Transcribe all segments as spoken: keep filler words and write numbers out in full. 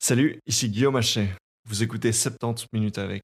Salut, ici Guillaume Hachet. Vous écoutez soixante-dix minutes avec.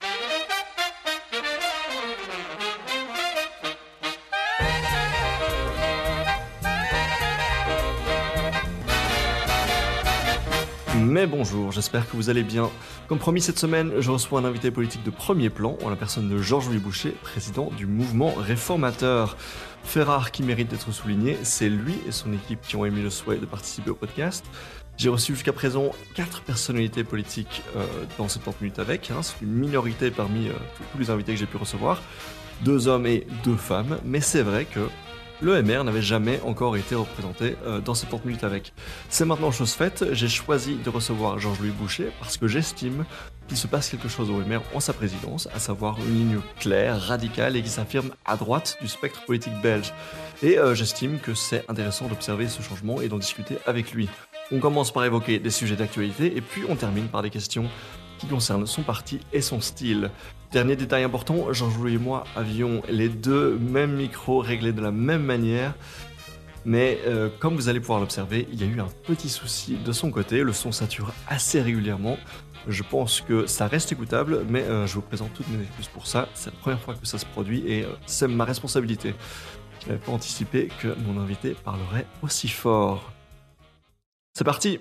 Mais bonjour, j'espère que vous allez bien. Comme promis cette semaine, je reçois un invité politique de premier plan, en la personne de Georges-Louis Boucher, président du mouvement réformateur. Fait rare qui mérite d'être souligné, c'est lui et son équipe qui ont émis le souhait de participer au podcast. J'ai reçu jusqu'à présent quatre personnalités politiques euh, dans soixante-dix minutes avec, hein, c'est une minorité parmi euh, tous les invités que j'ai pu recevoir, deux hommes et deux femmes, mais c'est vrai que le M R n'avait jamais encore été représenté euh, dans soixante-dix minutes avec. C'est maintenant chose faite, j'ai choisi de recevoir Georges-Louis Boucher parce que j'estime qu'il se passe quelque chose au M R en sa présidence, à savoir une ligne claire, radicale et qui s'affirme à droite du spectre politique belge. Et euh, j'estime que c'est intéressant d'observer ce changement et d'en discuter avec lui. On commence par évoquer des sujets d'actualité et puis on termine par des questions qui concernent son parti et son style. Dernier détail important, Georges-Louis et moi avions les deux mêmes micros réglés de la même manière, mais euh, comme vous allez pouvoir l'observer, il y a eu un petit souci de son côté, le son sature assez régulièrement. Je pense que ça reste écoutable, mais euh, je vous présente toutes mes excuses pour ça. C'est la première fois que ça se produit et euh, c'est ma responsabilité. Je n'avais pas anticipé que mon invité parlerait aussi fort. C'est parti!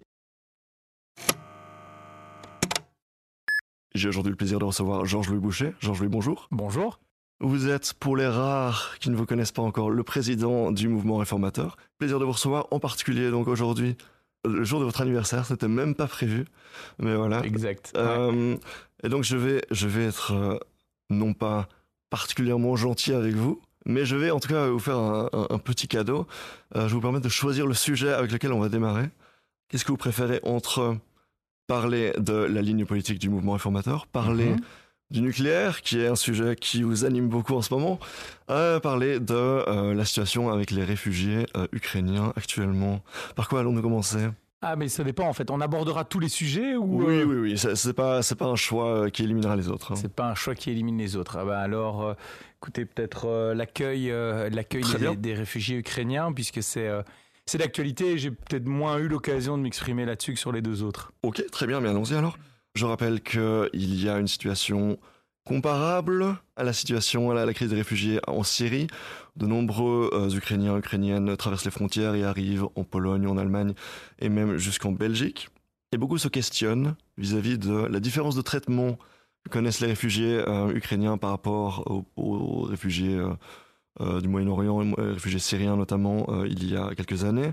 J'ai aujourd'hui le plaisir de recevoir Georges-Louis Boucher. Georges-Louis, bonjour. Bonjour. Vous êtes, pour les rares qui ne vous connaissent pas encore, le président du mouvement réformateur. Plaisir de vous recevoir, en particulier donc aujourd'hui, le jour de votre anniversaire, c'était même pas prévu, mais voilà. Exact. Euh, ouais. Et donc je vais, je vais être euh, non pas particulièrement gentil avec vous, mais je vais en tout cas vous faire un, un, un petit cadeau. Euh, je vais vous permettre de choisir le sujet avec lequel on va démarrer. Qu'est-ce que vous préférez entre parler de la ligne politique du mouvement réformateur, parler mm-hmm. du nucléaire, qui est un sujet qui vous anime beaucoup en ce moment, euh, parler de euh, la situation avec les réfugiés euh, ukrainiens actuellement. Par quoi allons-nous commencer ? Ah mais ça dépend en fait, on abordera tous les sujets ou Oui, euh... oui, oui, c'est, c'est, pas, c'est pas un choix qui éliminera les autres. Hein. C'est pas un choix qui élimine les autres. Ah bah alors, euh, écoutez, peut-être euh, l'accueil, euh, l'accueil des, des réfugiés ukrainiens, puisque c'est... Euh, C'est d'actualité et j'ai peut-être moins eu l'occasion de m'exprimer là-dessus que sur les deux autres. Ok, très bien, mais allons-y alors. Je rappelle qu'il y a une situation comparable à la situation, à la crise des réfugiés en Syrie. De nombreux euh, Ukrainiens, Ukrainiennes traversent les frontières et arrivent en Pologne, en Allemagne et même jusqu'en Belgique. Et beaucoup se questionnent vis-à-vis de la différence de traitement que connaissent les réfugiés euh, ukrainiens par rapport aux, aux réfugiés euh, Euh, du Moyen-Orient, euh, réfugiés syriens notamment, euh, il y a quelques années.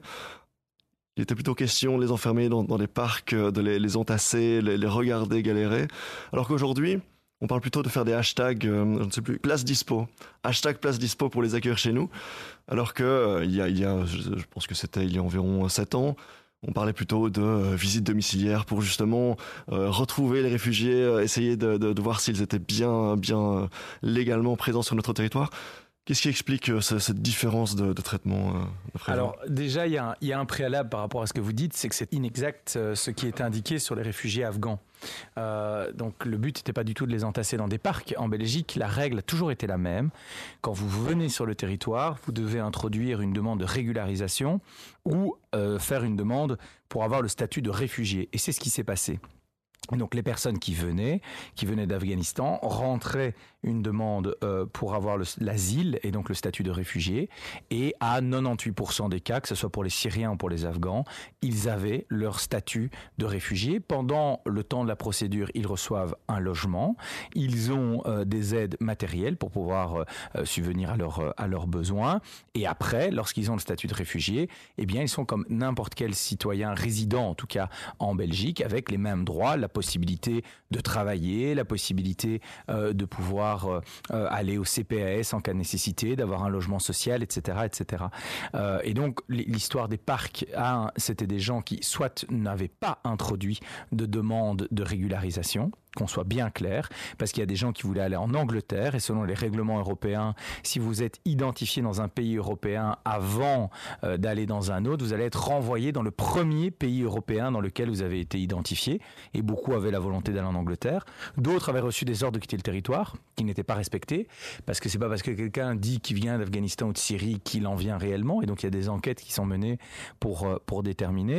Il était plutôt question de les enfermer dans, dans des parcs, de les, les entasser, les, les regarder galérer. Alors qu'aujourd'hui, on parle plutôt de faire des hashtags, euh, je ne sais plus, place dispo. Hashtag place dispo pour les accueillir chez nous. Alors que euh, il y a, il y a je, je pense que c'était il y a environ sept ans, on parlait plutôt de euh, visite domiciliaire pour justement euh, retrouver les réfugiés, euh, essayer de, de, de voir s'ils étaient bien, bien euh, légalement présents sur notre territoire. Qu'est-ce qui explique euh, cette différence de, de traitement euh, Alors déjà, il y, y a un préalable par rapport à ce que vous dites, c'est que c'est inexact euh, ce qui est indiqué sur les réfugiés afghans. Euh, donc le but n'était pas du tout de les entasser dans des parcs. En Belgique, la règle a toujours été la même. Quand vous venez sur le territoire, vous devez introduire une demande de régularisation ou euh, faire une demande pour avoir le statut de réfugié. Et c'est ce qui s'est passé. Et donc les personnes qui venaient, qui venaient d'Afghanistan, rentraient une demande euh, pour avoir le, l'asile et donc le statut de réfugié. Et à quatre-vingt-dix-huit pour cent des cas, que ce soit pour les Syriens ou pour les Afghans, ils avaient leur statut de réfugié. Pendant le temps de la procédure, ils reçoivent un logement. Ils ont euh, des aides matérielles pour pouvoir euh, subvenir à, leur, à leurs besoins. Et après, lorsqu'ils ont le statut de réfugié, eh bien, ils sont comme n'importe quel citoyen résident, en tout cas en Belgique, avec les mêmes droits, la possibilité de travailler, la possibilité euh, de pouvoir euh, aller au C P A S en cas de nécessité, d'avoir un logement social, et cetera, et cetera. Euh, et donc l'histoire des parcs, hein, c'était des gens qui soit n'avaient pas introduit de demande de régularisation, qu'on soit bien clair, parce qu'il y a des gens qui voulaient aller en Angleterre et selon les règlements européens, si vous êtes identifié dans un pays européen avant euh, d'aller dans un autre, vous allez être renvoyé dans le premier pays européen dans lequel vous avez été identifié. Et beaucoup avaient la volonté d'aller en Angleterre. D'autres avaient reçu des ordres de quitter le territoire, qui n'étaient pas respectés, parce que c'est pas parce que quelqu'un dit qu'il vient d'Afghanistan ou de Syrie qu'il en vient réellement. Et donc il y a des enquêtes qui sont menées pour, pour déterminer.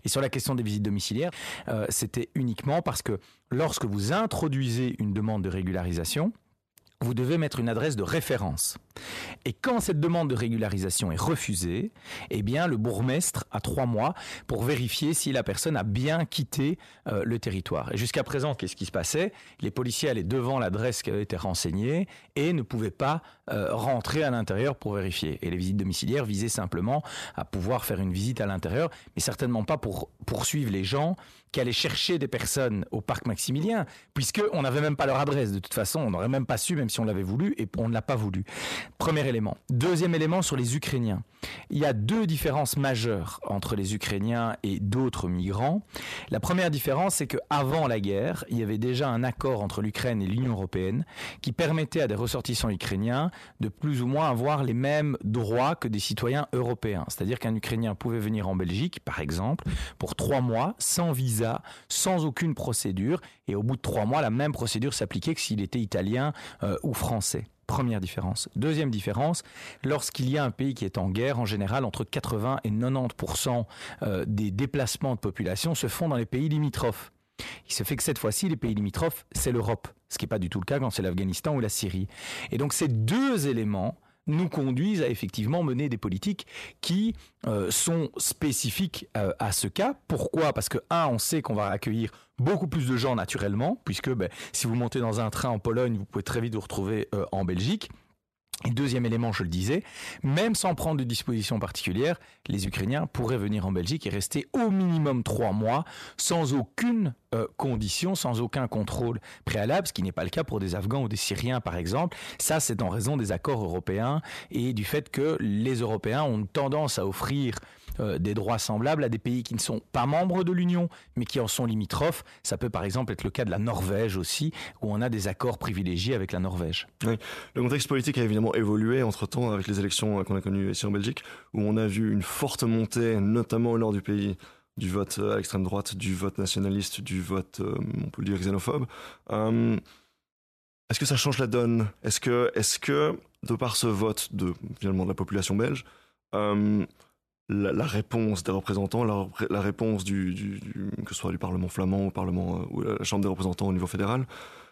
Et sur la question des visites domiciliaires, euh, c'était uniquement parce que lorsque vous introduisez une demande de régularisation, vous devez mettre une adresse de référence. Et quand cette demande de régularisation est refusée, eh bien, le bourgmestre a trois mois pour vérifier si la personne a bien quitté euh, le territoire. Et jusqu'à présent, qu'est-ce qui se passait ? Les policiers allaient devant l'adresse qui avait été renseignée et ne pouvaient pas euh, rentrer à l'intérieur pour vérifier. Et les visites domiciliaires visaient simplement à pouvoir faire une visite à l'intérieur, mais certainement pas pour poursuivre les gens qui allaient chercher des personnes au parc Maximilien, puisqu'on n'avait même pas leur adresse. De toute façon, on n'aurait même pas su, même si on l'avait voulu, et on ne l'a pas voulu. Premier élément. Deuxième élément sur les Ukrainiens. Il y a deux différences majeures entre les Ukrainiens et d'autres migrants. La première différence, c'est qu'avant la guerre, il y avait déjà un accord entre l'Ukraine et l'Union européenne qui permettait à des ressortissants ukrainiens de plus ou moins avoir les mêmes droits que des citoyens européens. C'est-à-dire qu'un Ukrainien pouvait venir en Belgique, par exemple, pour trois mois, sans visa, sans aucune procédure, et au bout de trois mois, la même procédure s'appliquait que s'il était italien euh, ou français. Première différence. Deuxième différence, lorsqu'il y a un pays qui est en guerre, en général, entre quatre-vingts et quatre-vingt-dix pour cent euh, des déplacements de population se font dans les pays limitrophes. Il se fait que cette fois-ci, les pays limitrophes, c'est l'Europe, ce qui n'est pas du tout le cas quand c'est l'Afghanistan ou la Syrie. Et donc ces deux éléments nous conduisent à effectivement mener des politiques qui euh, sont spécifiques euh, à ce cas. Pourquoi ? Parce que, un, on sait qu'on va accueillir beaucoup plus de gens naturellement, puisque ben, si vous montez dans un train en Pologne, vous pouvez très vite vous retrouver euh, en Belgique. Et deuxième élément, je le disais, même sans prendre de dispositions particulières, les Ukrainiens pourraient venir en Belgique et rester au minimum trois mois sans aucune euh, condition, sans aucun contrôle préalable, ce qui n'est pas le cas pour des Afghans ou des Syriens par exemple. Ça, c'est en raison des accords européens et du fait que les Européens ont tendance à offrir Euh, des droits semblables à des pays qui ne sont pas membres de l'Union, mais qui en sont limitrophes. Ça peut par exemple être le cas de la Norvège aussi, où on a des accords privilégiés avec la Norvège. Oui. Le contexte politique a évidemment évolué entre-temps avec les élections qu'on a connues ici en Belgique, où on a vu une forte montée, notamment au nord du pays, du vote à l'extrême droite, du vote nationaliste, du vote, euh, on peut le dire, xénophobe. Euh, est-ce que ça change la donne ? Est-ce que, est-ce que, de par ce vote de, finalement, de la population belge, euh, La, la réponse des représentants, la, la réponse du, du, du, que ce soit du Parlement flamand ou, Parlement, ou la Chambre des représentants au niveau fédéral,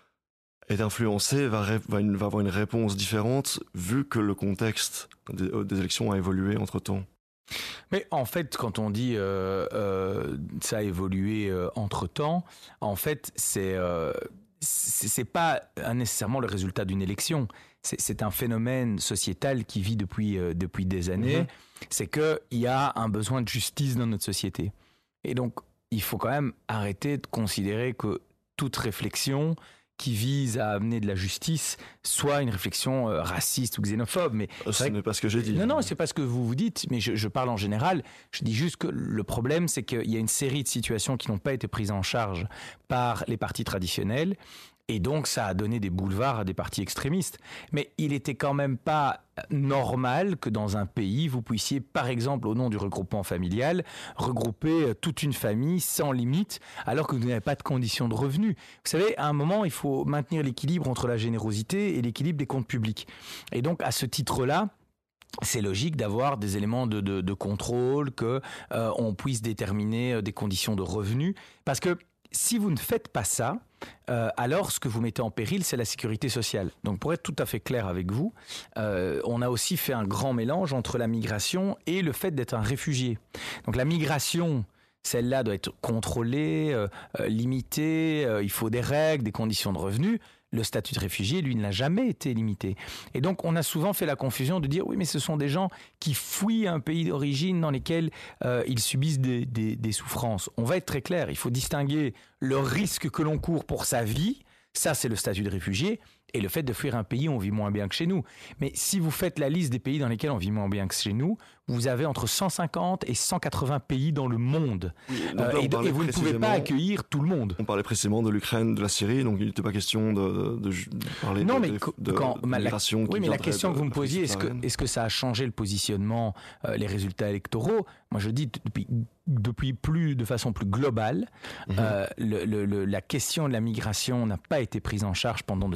est influencée, va, va, une, va avoir une réponse différente vu que le contexte des, des élections a évolué entre-temps. Mais en fait, quand on dit euh, euh, ça a évolué euh, entre-temps, en fait, c'est, euh, c'est, c'est pas nécessairement le résultat d'une élection. C'est, c'est un phénomène sociétal qui vit depuis, euh, depuis des années. Mmh. C'est qu'il y a un besoin de justice dans notre société. Et donc, il faut quand même arrêter de considérer que toute réflexion qui vise à amener de la justice soit une réflexion euh, raciste ou xénophobe. Mais ce n'est pas ce que j'ai dit. Non, non, c'est pas ce que vous vous dites, mais je, je parle en général. Je dis juste que le problème, c'est qu'il y a une série de situations qui n'ont pas été prises en charge par les partis traditionnels. Et donc, ça a donné des boulevards à des partis extrémistes. Mais il était quand même pas normal que dans un pays, vous puissiez, par exemple, au nom du regroupement familial, regrouper toute une famille sans limite, alors que vous n'avez pas de conditions de revenus. Vous savez, à un moment, il faut maintenir l'équilibre entre la générosité et l'équilibre des comptes publics. Et donc, à ce titre-là, c'est logique d'avoir des éléments de, de, de contrôle, que euh, on puisse déterminer des conditions de revenus, parce que si vous ne faites pas ça, euh, alors ce que vous mettez en péril, c'est la sécurité sociale. Donc pour être tout à fait clair avec vous, euh, on a aussi fait un grand mélange entre la migration et le fait d'être un réfugié. Donc la migration, celle-là doit être contrôlée, euh, euh, limitée, euh, il faut des règles, des conditions de revenus. Le statut de réfugié, lui, n'a jamais été limité. Et donc, on a souvent fait la confusion de dire, oui, mais ce sont des gens qui fuient un pays d'origine dans lesquels euh, ils subissent des, des, des souffrances. On va être très clair, il faut distinguer le risque que l'on court pour sa vie, ça c'est le statut de réfugié, et le fait de fuir un pays où on vit moins bien que chez nous. Mais si vous faites la liste des pays dans lesquels on vit moins bien que chez nous, vous avez entre cent cinquante et cent quatre-vingts pays dans le monde. Oui, euh, et, et vous ne pouvez pas accueillir tout le monde. On parlait précisément de l'Ukraine, de la Syrie, donc il n'était pas question de, de, de parler non, de, mais de, de, quand, de migration. La, oui, mais la question de, que vous me posiez, est-ce que, est-ce que ça a changé le positionnement, euh, les résultats électoraux ? Moi, je dis depuis, depuis plus, de façon plus globale, mmh. euh, le, le, le, la question de la migration n'a pas été prise en charge pendant de très nombreuses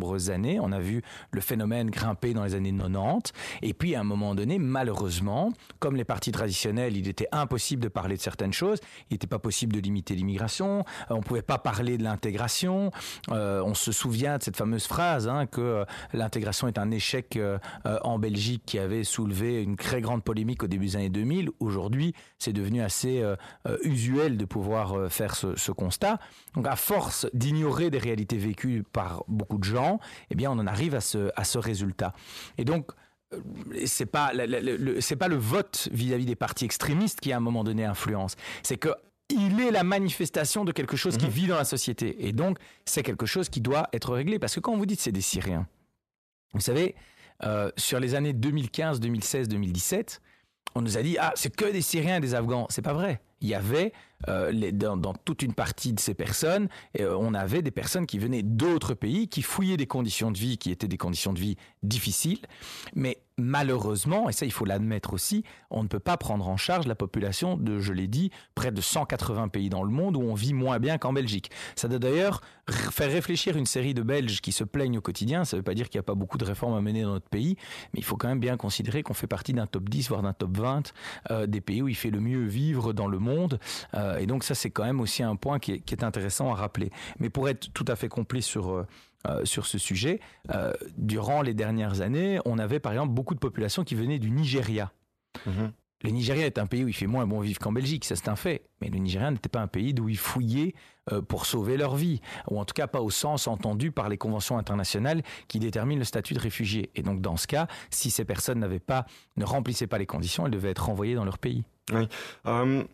nombreuses années. On a vu le phénomène grimper dans les années quatre-vingt-dix. Et puis, à un moment donné, malheureusement, comme les partis traditionnels, il était impossible de parler de certaines choses. Il n'était pas possible de limiter l'immigration. On ne pouvait pas parler de l'intégration. Euh, on se souvient de cette fameuse phrase hein, que euh, l'intégration est un échec euh, euh, en Belgique qui avait soulevé une très grande polémique au début des années deux mille. Aujourd'hui, c'est devenu assez euh, euh, usuel de pouvoir euh, faire ce, ce constat. Donc, à force d'ignorer des réalités vécues par beaucoup de gens, eh bien, on en arrive à ce, à ce résultat. Et donc, euh, c'est pas, le, le, le, c'est pas le vote vis-à-vis des partis extrémistes qui, à un moment donné, influence. C'est que il est la manifestation de quelque chose qui vit dans la société. Et donc, c'est quelque chose qui doit être réglé. Parce que quand vous dites c'est des Syriens, vous savez, euh, sur les années deux mille quinze, deux mille seize, deux mille dix-sept, on nous a dit « Ah, c'est que des Syriens et des Afghans ». C'est pas vrai. Il y avait, euh, les, dans, dans toute une partie de ces personnes, euh, on avait des personnes qui venaient d'autres pays, qui fouillaient des conditions de vie qui étaient des conditions de vie difficiles. Mais malheureusement, et ça il faut l'admettre aussi, on ne peut pas prendre en charge la population de, je l'ai dit, près de cent quatre-vingts pays dans le monde où on vit moins bien qu'en Belgique. Ça doit d'ailleurs faire réfléchir une série de Belges qui se plaignent au quotidien. Ça ne veut pas dire qu'il n'y a pas beaucoup de réformes à mener dans notre pays, mais il faut quand même bien considérer qu'on fait partie d'un top dix, voire d'un top vingt euh, des pays où il fait le mieux vivre dans le monde. Euh, et donc ça, c'est quand même aussi un point qui est, qui est intéressant à rappeler. Mais pour être tout à fait complet sur... Euh, Euh, sur ce sujet, euh, durant les dernières années, on avait par exemple beaucoup de populations qui venaient du Nigeria. Mmh. Le Nigeria est un pays où il fait moins bon vivre qu'en Belgique, ça c'est un fait. Mais le Nigeria n'était pas un pays d'où ils fouillaient euh, pour sauver leur vie, ou en tout cas pas au sens entendu par les conventions internationales qui déterminent le statut de réfugié. Et donc dans ce cas, si ces personnes n'avaient pas, ne remplissaient pas les conditions, elles devaient être renvoyées dans leur pays. Oui. Um,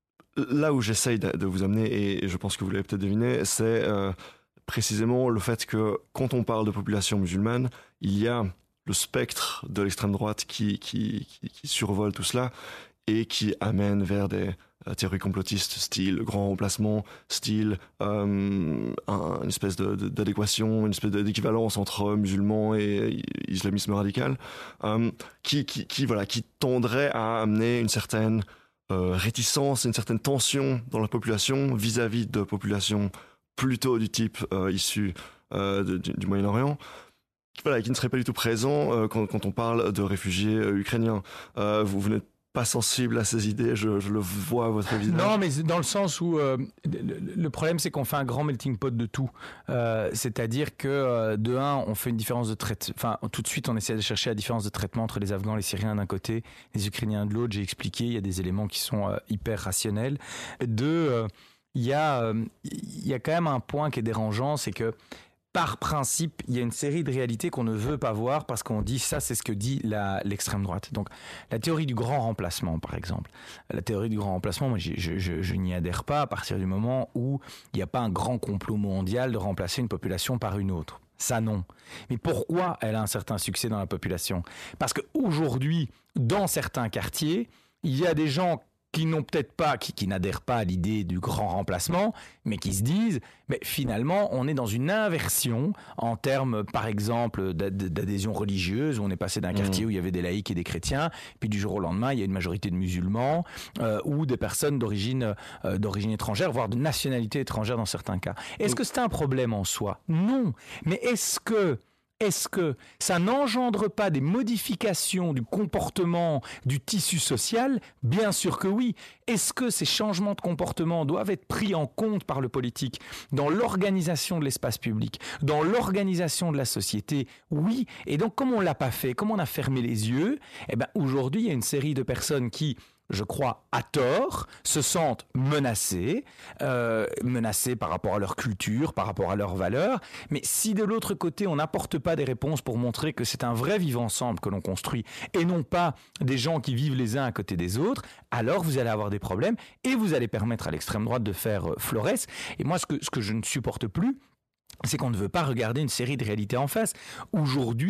là où j'essaye de, de vous amener, et je pense que vous l'avez peut-être deviné, c'est... Euh... précisément le fait que quand on parle de population musulmane, il y a le spectre de l'extrême droite qui, qui, qui, qui survole tout cela et qui amène vers des euh, théories complotistes style grand remplacement, style euh, un, une espèce de, de, d'adéquation, une espèce d'équivalence entre musulmans et islamisme radical, euh, qui, qui, qui, voilà, qui tendrait à amener une certaine euh, réticence, une certaine tension dans la population vis-à-vis de populations plutôt du type euh, issu euh, de, du, du Moyen-Orient, voilà, qui ne serait pas du tout présent euh, quand, quand on parle de réfugiés euh, ukrainiens. Euh, vous, vous n'êtes pas sensible à ces idées, je, je le vois à votre visage. Non, mais dans le sens où euh, le, le problème, c'est qu'on fait un grand melting pot de tout. Euh, c'est-à-dire que, euh, de un, on fait une différence de traitement. Enfin, tout de suite, on essaie de chercher la différence de traitement entre les Afghans, les Syriens d'un côté, les Ukrainiens de l'autre. J'ai expliqué, il y a des éléments qui sont euh, hyper rationnels. Deux, euh, Il y, a, euh, il y a quand même un point qui est dérangeant, c'est que par principe, il y a une série de réalités qu'on ne veut pas voir parce qu'on dit ça, c'est ce que dit la, l'extrême droite. Donc, la théorie du grand remplacement, par exemple. La théorie du grand remplacement, moi, je, je, je, je n'y adhère pas à partir du moment où il n'y a pas un grand complot mondial de remplacer une population par une autre. Ça, non. Mais pourquoi elle a un certain succès dans la population ? Parce qu'aujourd'hui, dans certains quartiers, il y a des gens qui n'ont peut-être pas, qui, qui n'adhèrent pas à l'idée du grand remplacement, mais qui se disent, mais finalement, on est dans une inversion en termes, par exemple, d'adhésion religieuse, où on est passé d'un quartier mmh. où il y avait des laïcs et des chrétiens, puis du jour au lendemain, il y a une majorité de musulmans, euh, ou des personnes d'origine, euh, d'origine étrangère, voire de nationalité étrangère dans certains cas. Est-ce que c'est un problème en soi ? Non. Mais est-ce que Est-ce que ça n'engendre pas des modifications du comportement, du tissu social ? Bien sûr que oui. Est-ce que ces changements de comportement doivent être pris en compte par le politique dans l'organisation de l'espace public, dans l'organisation de la société ? Oui. Et donc, comme on ne l'a pas fait, comme on a fermé les yeux, eh ben, aujourd'hui, il y a une série de personnes qui, je crois, à tort, se sentent menacés, euh, menacés par rapport à leur culture, par rapport à leurs valeurs. Mais si de l'autre côté, on n'apporte pas des réponses pour montrer que c'est un vrai vivre ensemble que l'on construit et non pas des gens qui vivent les uns à côté des autres, alors vous allez avoir des problèmes et vous allez permettre à l'extrême droite de faire euh, florès. Et moi, ce que, ce que je ne supporte plus, c'est qu'on ne veut pas regarder une série de réalités en face. Aujourd'hui,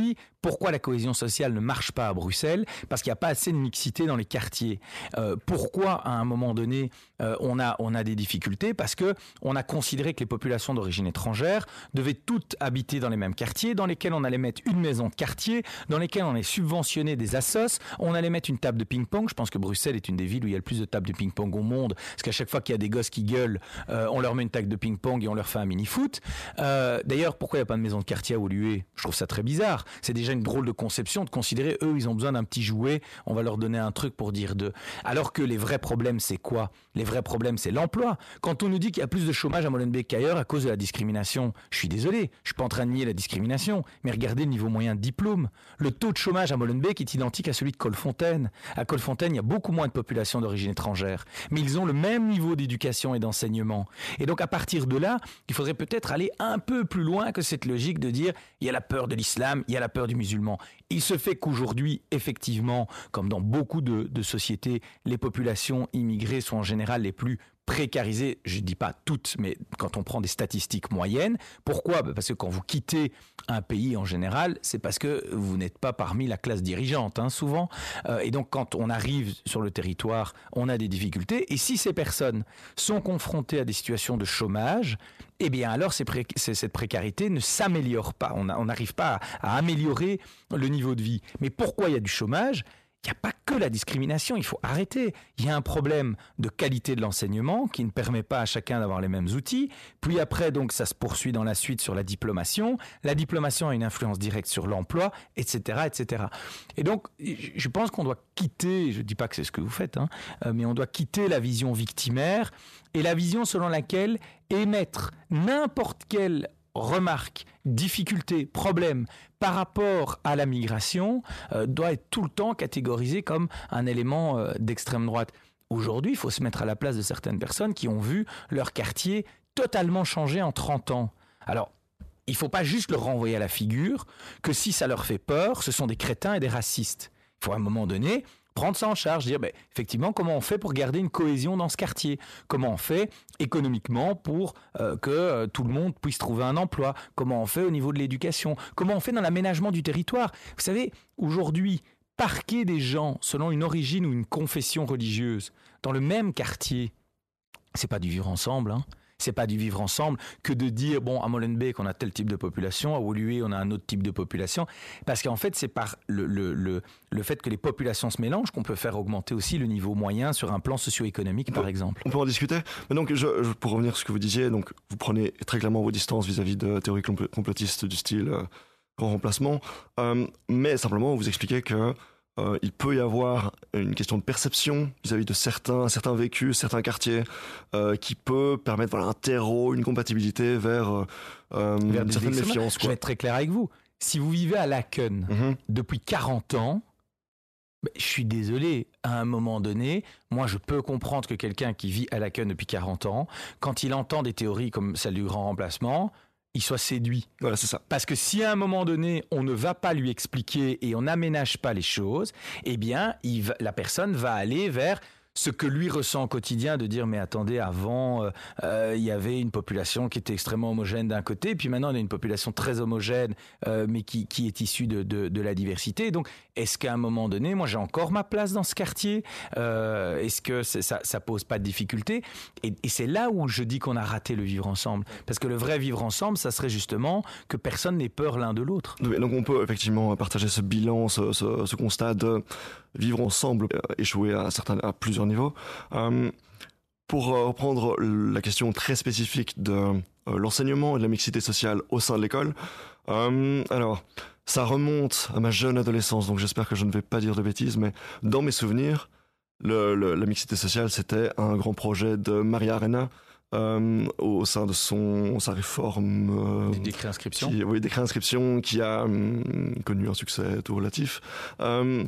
Pourquoi la cohésion sociale ne marche pas à Bruxelles ? Parce qu'il n'y a pas assez de mixité dans les quartiers. Euh, pourquoi, à un moment donné, euh, on a, on a des difficultés ? Parce que on a considéré que les populations d'origine étrangère devaient toutes habiter dans les mêmes quartiers, dans lesquels on allait mettre une maison de quartier, dans lesquels on allait subventionner des assos, on allait mettre une table de ping-pong. Je pense que Bruxelles est une des villes où il y a le plus de tables de ping-pong au monde, parce qu'à chaque fois qu'il y a des gosses qui gueulent, euh, on leur met une table de ping-pong et on leur fait un mini-foot. Euh, d'ailleurs, pourquoi il n'y a pas de maison de quartier à Woluwe ? Je trouve ça très bizarre. C'est déjà une drôle de conception de considérer, eux, ils ont besoin d'un petit jouet, on va leur donner un truc pour dire d'eux. Alors que les vrais problèmes, c'est quoi ? Les vrais problèmes, c'est l'emploi. Quand on nous dit qu'il y a plus de chômage à Molenbeek qu'ailleurs à cause de la discrimination, je suis désolé, je suis pas en train de nier la discrimination, mais regardez le niveau moyen de diplôme. Le taux de chômage à Molenbeek est identique à celui de Colfontaine. À Colfontaine, il y a beaucoup moins de population d'origine étrangère, mais ils ont le même niveau d'éducation et d'enseignement. Et donc à partir de là, il faudrait peut-être aller un peu plus loin que cette logique de dire il y a la peur de l'islam, il y a la peur du musulman. Il se fait qu'aujourd'hui, effectivement, comme dans beaucoup de, de sociétés, les populations immigrées sont en général les plus précarisées, je ne dis pas toutes, mais quand on prend des statistiques moyennes. Pourquoi ? Parce que quand vous quittez un pays en général, c'est parce que vous n'êtes pas parmi la classe dirigeante, hein, souvent. Euh, et donc quand on arrive sur le territoire, on a des difficultés. Et si ces personnes sont confrontées à des situations de chômage, eh bien alors ces pré- ces, cette précarité ne s'améliore pas. On n'arrive pas à, à améliorer le niveau de vie. Mais pourquoi il y a du chômage ? Il n'y a pas que la discrimination, il faut arrêter. Il y a un problème de qualité de l'enseignement qui ne permet pas à chacun d'avoir les mêmes outils. Puis après, donc, ça se poursuit dans la suite sur la diplomation. La diplomation a une influence directe sur l'emploi, et cetera, et cetera. Et donc, je pense qu'on doit quitter, je ne dis pas que c'est ce que vous faites, hein, mais on doit quitter la vision victimaire et la vision selon laquelle émettre n'importe quelle remarque, difficulté, problème par rapport à la migration euh, doit être tout le temps catégorisé comme un élément euh, d'extrême droite. Aujourd'hui, il faut se mettre à la place de certaines personnes qui ont vu leur quartier totalement changer en trente ans. Alors, il ne faut pas juste leur renvoyer à la figure que si ça leur fait peur, ce sont des crétins et des racistes. Il faut à un moment donné prendre ça en charge, dire ben, effectivement comment on fait pour garder une cohésion dans ce quartier, comment on fait économiquement pour euh, que euh, tout le monde puisse trouver un emploi, comment on fait au niveau de l'éducation, comment on fait dans l'aménagement du territoire. Vous savez, aujourd'hui, parquer des gens selon une origine ou une confession religieuse dans le même quartier, c'est pas du vivre ensemble, hein. C'est pas du vivre ensemble que de dire, bon, à Molenbeek, on a tel type de population, à Woluwe, on a un autre type de population. Parce qu'en fait, c'est par le, le, le, le fait que les populations se mélangent qu'on peut faire augmenter aussi le niveau moyen sur un plan socio-économique, par exemple. On peut en discuter. Mais donc, je, je, pour revenir sur ce que vous disiez, donc, vous prenez très clairement vos distances vis-à-vis de théories complotistes du style euh, grand remplacement. Euh, mais simplement, vous expliquez que Euh, il peut y avoir une question de perception vis-à-vis de certains, certains vécus, certains quartiers, euh, qui peut permettre voilà, un terreau, une compatibilité vers, euh, vers une certaine méfiance. Quoi. Je vais être très clair avec vous. Si vous vivez à Laken mm-hmm. depuis quarante ans, ben, je suis désolé, à un moment donné, moi je peux comprendre que quelqu'un qui vit à Laken depuis quarante ans, quand il entend des théories comme celle du grand remplacement, il soit séduit. Voilà, c'est ça. Parce que si à un moment donné, on ne va pas lui expliquer et on n'aménage pas les choses, eh bien, il va, la personne va aller vers ce que lui ressent au quotidien, de dire mais attendez, avant euh, euh, il y avait une population qui était extrêmement homogène d'un côté, puis maintenant on a une population très homogène euh, mais qui, qui est issue de, de, de la diversité. Donc est-ce qu'à un moment donné, moi j'ai encore ma place dans ce quartier, euh, est-ce que c'est, ça, ça pose pas de difficulté, et, et c'est là où je dis qu'on a raté le vivre ensemble, parce que le vrai vivre ensemble, ça serait justement que personne n'ait peur l'un de l'autre. Donc on peut effectivement partager ce bilan, ce, ce, ce constat de vivre ensemble, euh, échouer à, certains, à plusieurs niveaux. Euh, pour reprendre la question très spécifique de euh, l'enseignement et de la mixité sociale au sein de l'école, euh, alors ça remonte à ma jeune adolescence, donc j'espère que je ne vais pas dire de bêtises, mais dans mes souvenirs, le, le, la mixité sociale, c'était un grand projet de Maria Arena, Euh, au sein de son sa réforme euh, des décrets inscription qui, oui décrets inscription qui a hum, connu un succès tout relatif. Euh,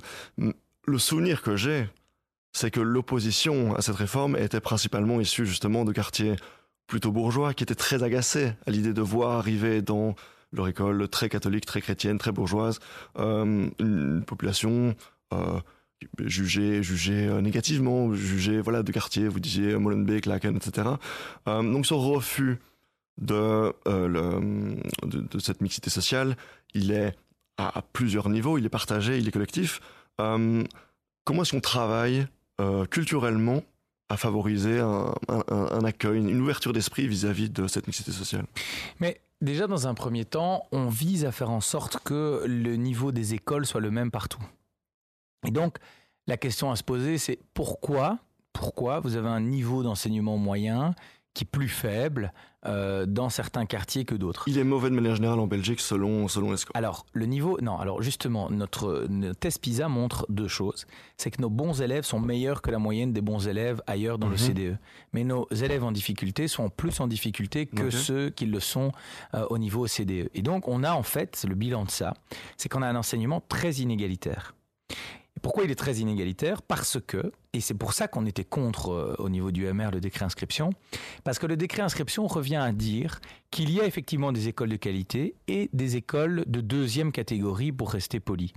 le souvenir que j'ai, c'est que l'opposition à cette réforme était principalement issue justement de quartiers plutôt bourgeois qui étaient très agacés à l'idée de voir arriver dans leur école très catholique, très chrétienne, très bourgeoise, euh, une population euh, jugé jugé euh, négativement, jugé voilà de quartier, vous disiez Molenbeek, Laken, et cetera. Euh, donc ce refus de, euh, le, de de cette mixité sociale, il est à, à plusieurs niveaux, il est partagé, il est collectif. Euh, comment est-ce qu'on travaille euh, culturellement à favoriser un, un, un accueil, une ouverture d'esprit vis-à-vis de cette mixité sociale? Mais déjà, dans un premier temps, on vise à faire en sorte que le niveau des écoles soit le même partout. Et donc, la question à se poser, c'est pourquoi, pourquoi vous avez un niveau d'enseignement moyen qui est plus faible euh, dans certains quartiers que d'autres. Il est mauvais de manière générale en Belgique selon, selon les scores. Alors, le niveau... Non, alors justement, notre, notre test PISA montre deux choses. C'est que nos bons élèves sont meilleurs que la moyenne des bons élèves ailleurs dans mmh. l'O C D E. Mais nos élèves en difficulté sont plus en difficulté que okay. ceux qui le sont euh, au niveau O C D E. Et donc, on a en fait, le bilan de ça, c'est qu'on a un enseignement très inégalitaire. Pourquoi il est très inégalitaire ? Parce que, et c'est pour ça qu'on était contre euh, au niveau du M R le décret inscription, parce que le décret inscription revient à dire qu'il y a effectivement des écoles de qualité et des écoles de deuxième catégorie, pour rester poli.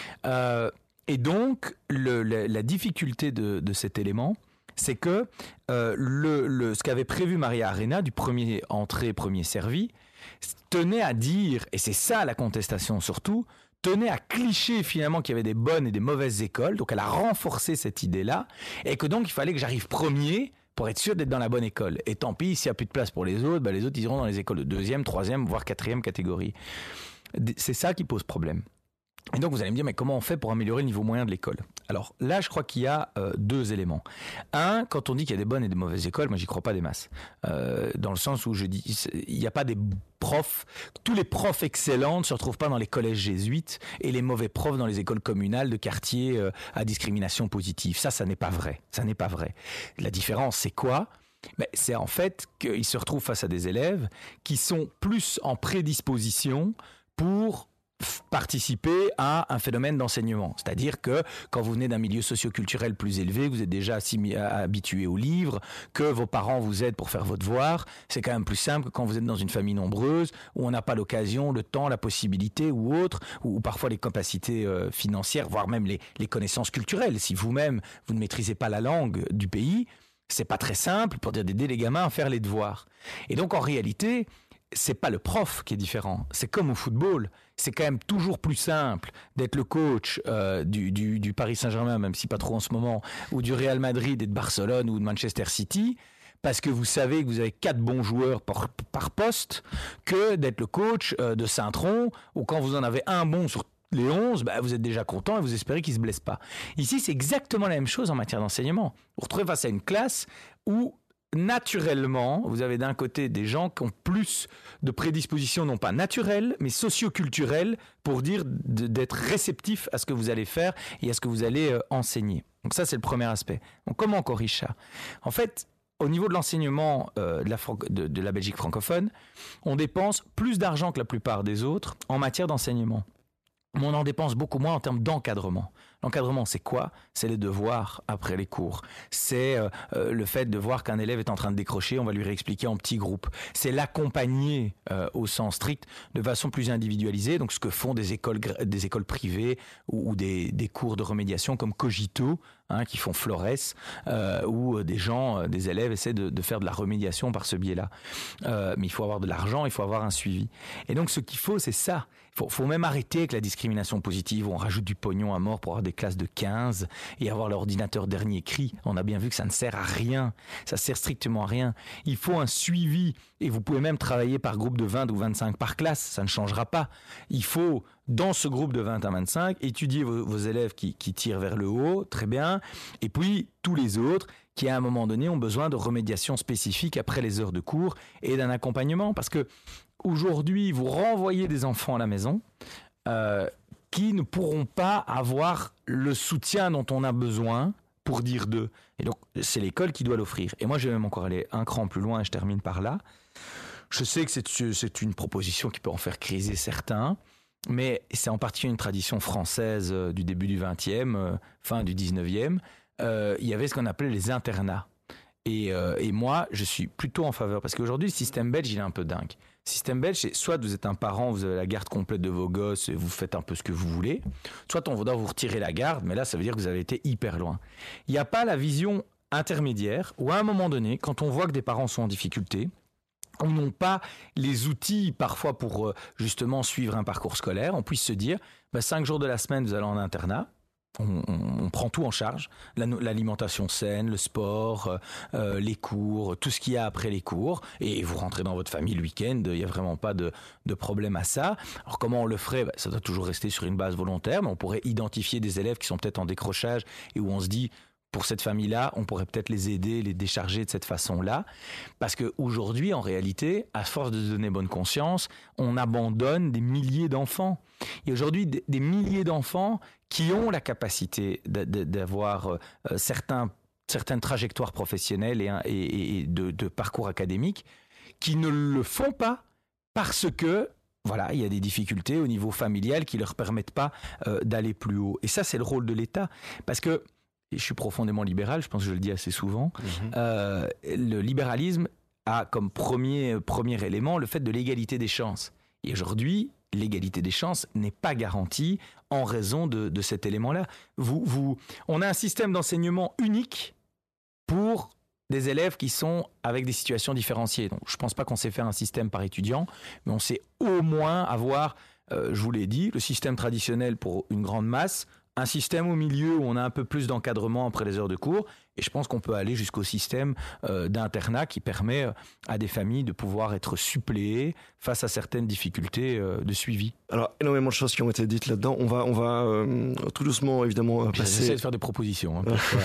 Euh, et donc, le, le, la difficulté de, de cet élément, c'est que euh, le, le, ce qu'avait prévu Maria Arena, du premier entré, premier servi, tenait à dire, et c'est ça la contestation surtout, tenait à clicher finalement qu'il y avait des bonnes et des mauvaises écoles, donc elle a renforcé cette idée-là, et que donc il fallait que j'arrive premier pour être sûr d'être dans la bonne école. Et tant pis, s'il n'y a plus de place pour les autres, ben les autres ils iront dans les écoles de deuxième, troisième, voire quatrième catégorie. C'est ça qui pose problème. Et donc vous allez me dire, mais comment on fait pour améliorer le niveau moyen de l'école ? Alors là, je crois qu'il y a euh, deux éléments. Un, quand on dit qu'il y a des bonnes et des mauvaises écoles, moi j'y crois pas des masses. Euh, dans le sens où je dis, il n'y a pas des profs, tous les profs excellents ne se retrouvent pas dans les collèges jésuites et les mauvais profs dans les écoles communales de quartiers euh, à discrimination positive. Ça, ça n'est pas vrai. Ça n'est pas vrai. La différence, c'est quoi ? Ben, c'est en fait qu'ils se retrouvent face à des élèves qui sont plus en prédisposition pour participer à un phénomène d'enseignement. C'est-à-dire que quand vous venez d'un milieu socio-culturel plus élevé, vous êtes déjà assimi- habitué aux livres, que vos parents vous aident pour faire vos devoirs, c'est quand même plus simple que quand vous êtes dans une famille nombreuse, où on n'a pas l'occasion, le temps, la possibilité ou autre, ou, ou parfois les capacités euh, financières, voire même les, les connaissances culturelles. Si vous-même, vous ne maîtrisez pas la langue du pays, c'est pas très simple pour dire d'aider les gamins à faire les devoirs. Et donc en réalité, c'est pas le prof qui est différent. C'est comme au football. C'est quand même toujours plus simple d'être le coach euh, du, du, du Paris Saint-Germain, même si pas trop en ce moment, ou du Real Madrid et de Barcelone ou de Manchester City, parce que vous savez que vous avez quatre bons joueurs par, par poste, que d'être le coach euh, de Saint-Tron, où quand vous en avez un bon sur les onze, bah, vous êtes déjà content et vous espérez qu'ils ne se blessent pas. Ici, c'est exactement la même chose en matière d'enseignement. Vous vous retrouvez face à une classe où naturellement, vous avez d'un côté des gens qui ont plus de prédispositions, non pas naturelles, mais socio-culturelles, pour dire de, d'être réceptifs à ce que vous allez faire et à ce que vous allez euh, enseigner. Donc ça, c'est le premier aspect. Donc comment on corrige ça ? En fait, au niveau de l'enseignement euh, de, la Fran- de, de la Belgique francophone, on dépense plus d'argent que la plupart des autres en matière d'enseignement. Mais on en dépense beaucoup moins en termes d'encadrement. L'encadrement, c'est quoi ? C'est les devoirs après les cours. C'est euh, euh, le fait de voir qu'un élève est en train de décrocher, on va lui réexpliquer en petits groupes. C'est l'accompagner euh, au sens strict, de façon plus individualisée. Donc, ce que font des écoles, des écoles privées ou, ou des, des cours de remédiation comme Cogito, hein, qui font Flores, euh, où des gens, des élèves essaient de, de faire de la remédiation par ce biais-là. Euh, mais il faut avoir de l'argent, il faut avoir un suivi. Et donc, ce qu'il faut, c'est ça. Il faut, faut même arrêter avec la discrimination positive où on rajoute du pognon à mort pour avoir des classes de quinze et avoir l'ordinateur dernier cri. On a bien vu que ça ne sert à rien. Ça sert strictement à rien. Il faut un suivi et vous pouvez même travailler par groupe de vingt ou vingt-cinq par classe. Ça ne changera pas. Il faut, dans ce groupe de vingt à vingt-cinq, étudier vos, vos élèves qui, qui tirent vers le haut, très bien. Et puis, tous les autres qui, à un moment donné, ont besoin de remédiation spécifique après les heures de cours et d'un accompagnement. Parce que aujourd'hui, vous renvoyez des enfants à la maison euh, qui ne pourront pas avoir le soutien dont on a besoin pour dire d'eux. Et donc, c'est l'école qui doit l'offrir. Et moi, je vais même encore aller un cran plus loin et je termine par là. Je sais que c'est, c'est une proposition qui peut en faire criser certains, mais c'est en particulier une tradition française euh, du début du vingtième, euh, fin du dix-neuvième. Euh, il y avait ce qu'on appelait les internats. Et, euh, et moi, je suis plutôt en faveur, parce qu'aujourd'hui, le système belge, il est un peu dingue. Le système belge, c'est soit vous êtes un parent, vous avez la garde complète de vos gosses et vous faites un peu ce que vous voulez, soit on va vous retirer la garde, mais là, ça veut dire que vous avez été hyper loin. Il n'y a pas la vision intermédiaire où, à un moment donné, quand on voit que des parents sont en difficulté, ou n'ont pas les outils parfois pour justement suivre un parcours scolaire, on puisse se dire, bah, cinq jours de la semaine, vous allez en internat. On, on, on prend tout en charge, l'alimentation saine, le sport, euh, les cours, tout ce qu'il y a après les cours, et vous rentrez dans votre famille le week-end, il n'y a vraiment pas de, de problème à ça. Alors comment on le ferait ? Ben, ça doit toujours rester sur une base volontaire, mais on pourrait identifier des élèves qui sont peut-être en décrochage et où on se dit, pour cette famille-là, on pourrait peut-être les aider, les décharger de cette façon-là. Parce qu'aujourd'hui, en réalité, à force de se donner bonne conscience, on abandonne des milliers d'enfants. Il y a aujourd'hui des, des milliers d'enfants qui ont la capacité de, de, d'avoir euh, certains, certaines trajectoires professionnelles et, et, et de, de parcours académiques qui ne le font pas parce que voilà, il y a des difficultés au niveau familial qui ne leur permettent pas euh, d'aller plus haut. Et ça, c'est le rôle de l'État. Parce que et je suis profondément libéral, je pense que je le dis assez souvent, mmh. euh, le libéralisme a comme premier, premier élément le fait de l'égalité des chances. Et aujourd'hui, l'égalité des chances n'est pas garantie en raison de, de cet élément-là. Vous, vous, on a un système d'enseignement unique pour des élèves qui sont avec des situations différenciées. Donc, je ne pense pas qu'on sait faire un système par étudiant, mais on sait au moins avoir, euh, je vous l'ai dit, le système traditionnel pour une grande masse, un système au milieu où on a un peu plus d'encadrement après les heures de cours, et je pense qu'on peut aller jusqu'au système euh, d'internat qui permet euh, à des familles de pouvoir être suppléées face à certaines difficultés euh, de suivi. Alors, énormément de choses qui ont été dites là-dedans. On va, on va euh, tout doucement, évidemment, euh, passer... J'essaie de faire des propositions. Hein,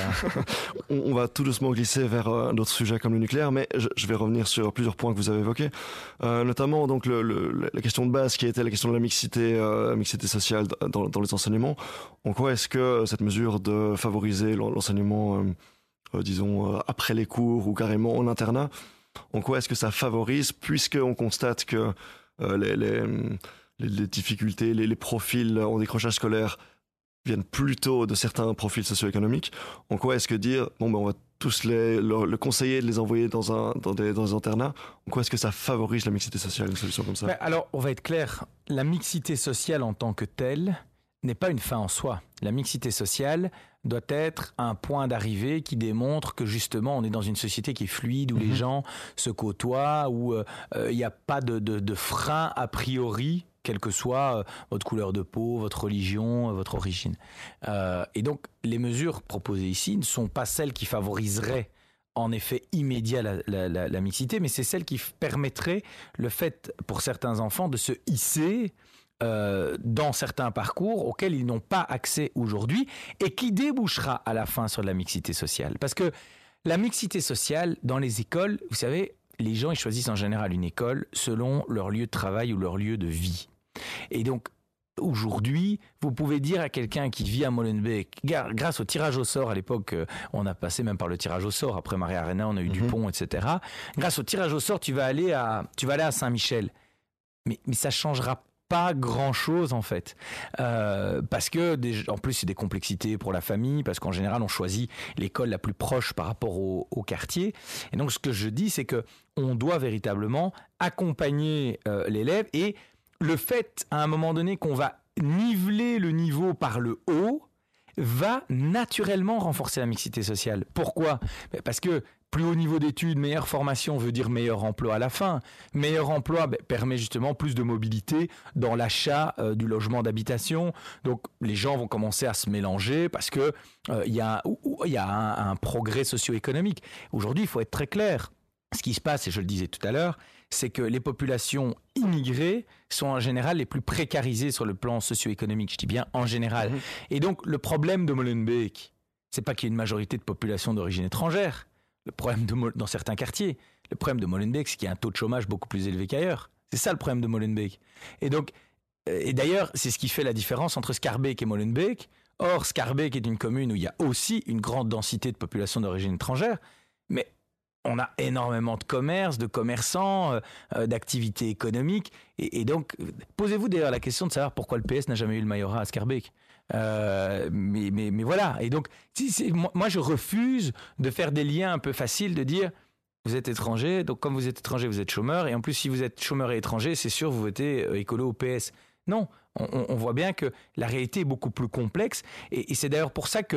on, on va tout doucement glisser vers euh, d'autres sujets comme le nucléaire, mais je, je vais revenir sur plusieurs points que vous avez évoqués, euh, notamment donc le, le, la question de base qui était la question de la mixité, euh, mixité sociale dans, dans les enseignements. En quoi est-ce que cette mesure de favoriser l'enseignement... Euh, Euh, disons, euh, après les cours ou carrément en internat, en quoi est-ce que ça favorise, puisqu'on constate que euh, les, les, les, les difficultés, les, les profils en décrochage scolaire viennent plutôt de certains profils socio-économiques, en quoi est-ce que dire, bon ben on va tous les, le, le conseiller de les envoyer dans, un, dans, des, dans des internats, en quoi est-ce que ça favorise la mixité sociale, une solution comme ça ? Ben alors, on va être clair, la mixité sociale en tant que telle n'est pas une fin en soi. La mixité sociale doit être un point d'arrivée qui démontre que justement on est dans une société qui est fluide, où mmh. les gens se côtoient, où il euh, n'y a pas de, de, de frein a priori, quelle que soit euh, votre couleur de peau, votre religion, euh, votre origine. Euh, et donc les mesures proposées ici ne sont pas celles qui favoriseraient en effet immédiat la, la, la, la mixité, mais c'est celles qui permettraient le fait pour certains enfants de se hisser Euh, dans certains parcours auxquels ils n'ont pas accès aujourd'hui et qui débouchera à la fin sur la mixité sociale. Parce que la mixité sociale, dans les écoles, vous savez, les gens ils choisissent en général une école selon leur lieu de travail ou leur lieu de vie. Et donc, aujourd'hui, vous pouvez dire à quelqu'un qui vit à Molenbeek, grâce au tirage au sort, à l'époque, on a passé même par le tirage au sort, après Maria Arena, on a eu mmh. Dupont, et cetera. Grâce au tirage au sort, tu vas aller à, tu vas aller à Saint-Michel. Mais, mais ça changera pas. Pas grand-chose en fait, euh, parce que des, en plus c'est des complexités pour la famille, parce qu'en général on choisit l'école la plus proche par rapport au, au quartier. Et donc ce que je dis, c'est que on doit véritablement accompagner euh, l'élève, et le fait à un moment donné qu'on va niveler le niveau par le haut va naturellement renforcer la mixité sociale. Pourquoi ? Parce que plus haut niveau d'études, meilleure formation veut dire meilleur emploi à la fin. Meilleur emploi ben, permet justement plus de mobilité dans l'achat euh, du logement d'habitation. Donc les gens vont commencer à se mélanger parce que euh, y a, il y a un, un progrès socio-économique. Aujourd'hui, il faut être très clair. Ce qui se passe, et je le disais tout à l'heure, c'est que les populations immigrées sont en général les plus précarisées sur le plan socio-économique. Je dis bien en général. Mmh. Et donc le problème de Molenbeek, c'est pas qu'il y ait une majorité de population d'origine étrangère. Le problème de, dans certains quartiers, le problème de Molenbeek, c'est qu'il y a un taux de chômage beaucoup plus élevé qu'ailleurs. C'est ça le problème de Molenbeek. Et donc, et d'ailleurs, c'est ce qui fait la différence entre Schaerbeek et Molenbeek. Or, Schaerbeek est une commune où il y a aussi une grande densité de population d'origine étrangère, mais on a énormément de commerces, de commerçants, euh, d'activités économiques. Et, et donc, posez-vous d'ailleurs la question de savoir pourquoi le P S n'a jamais eu le majorat à Schaerbeek. Euh, mais, mais, mais voilà. Et donc, si, c'est, moi, moi, je refuse de faire des liens un peu faciles, de dire vous êtes étranger, donc comme vous êtes étranger, vous êtes chômeur. Et en plus, si vous êtes chômeur et étranger, c'est sûr, vous votez euh, écolo au P S. Non, on, on voit bien que la réalité est beaucoup plus complexe. Et, et c'est d'ailleurs pour ça que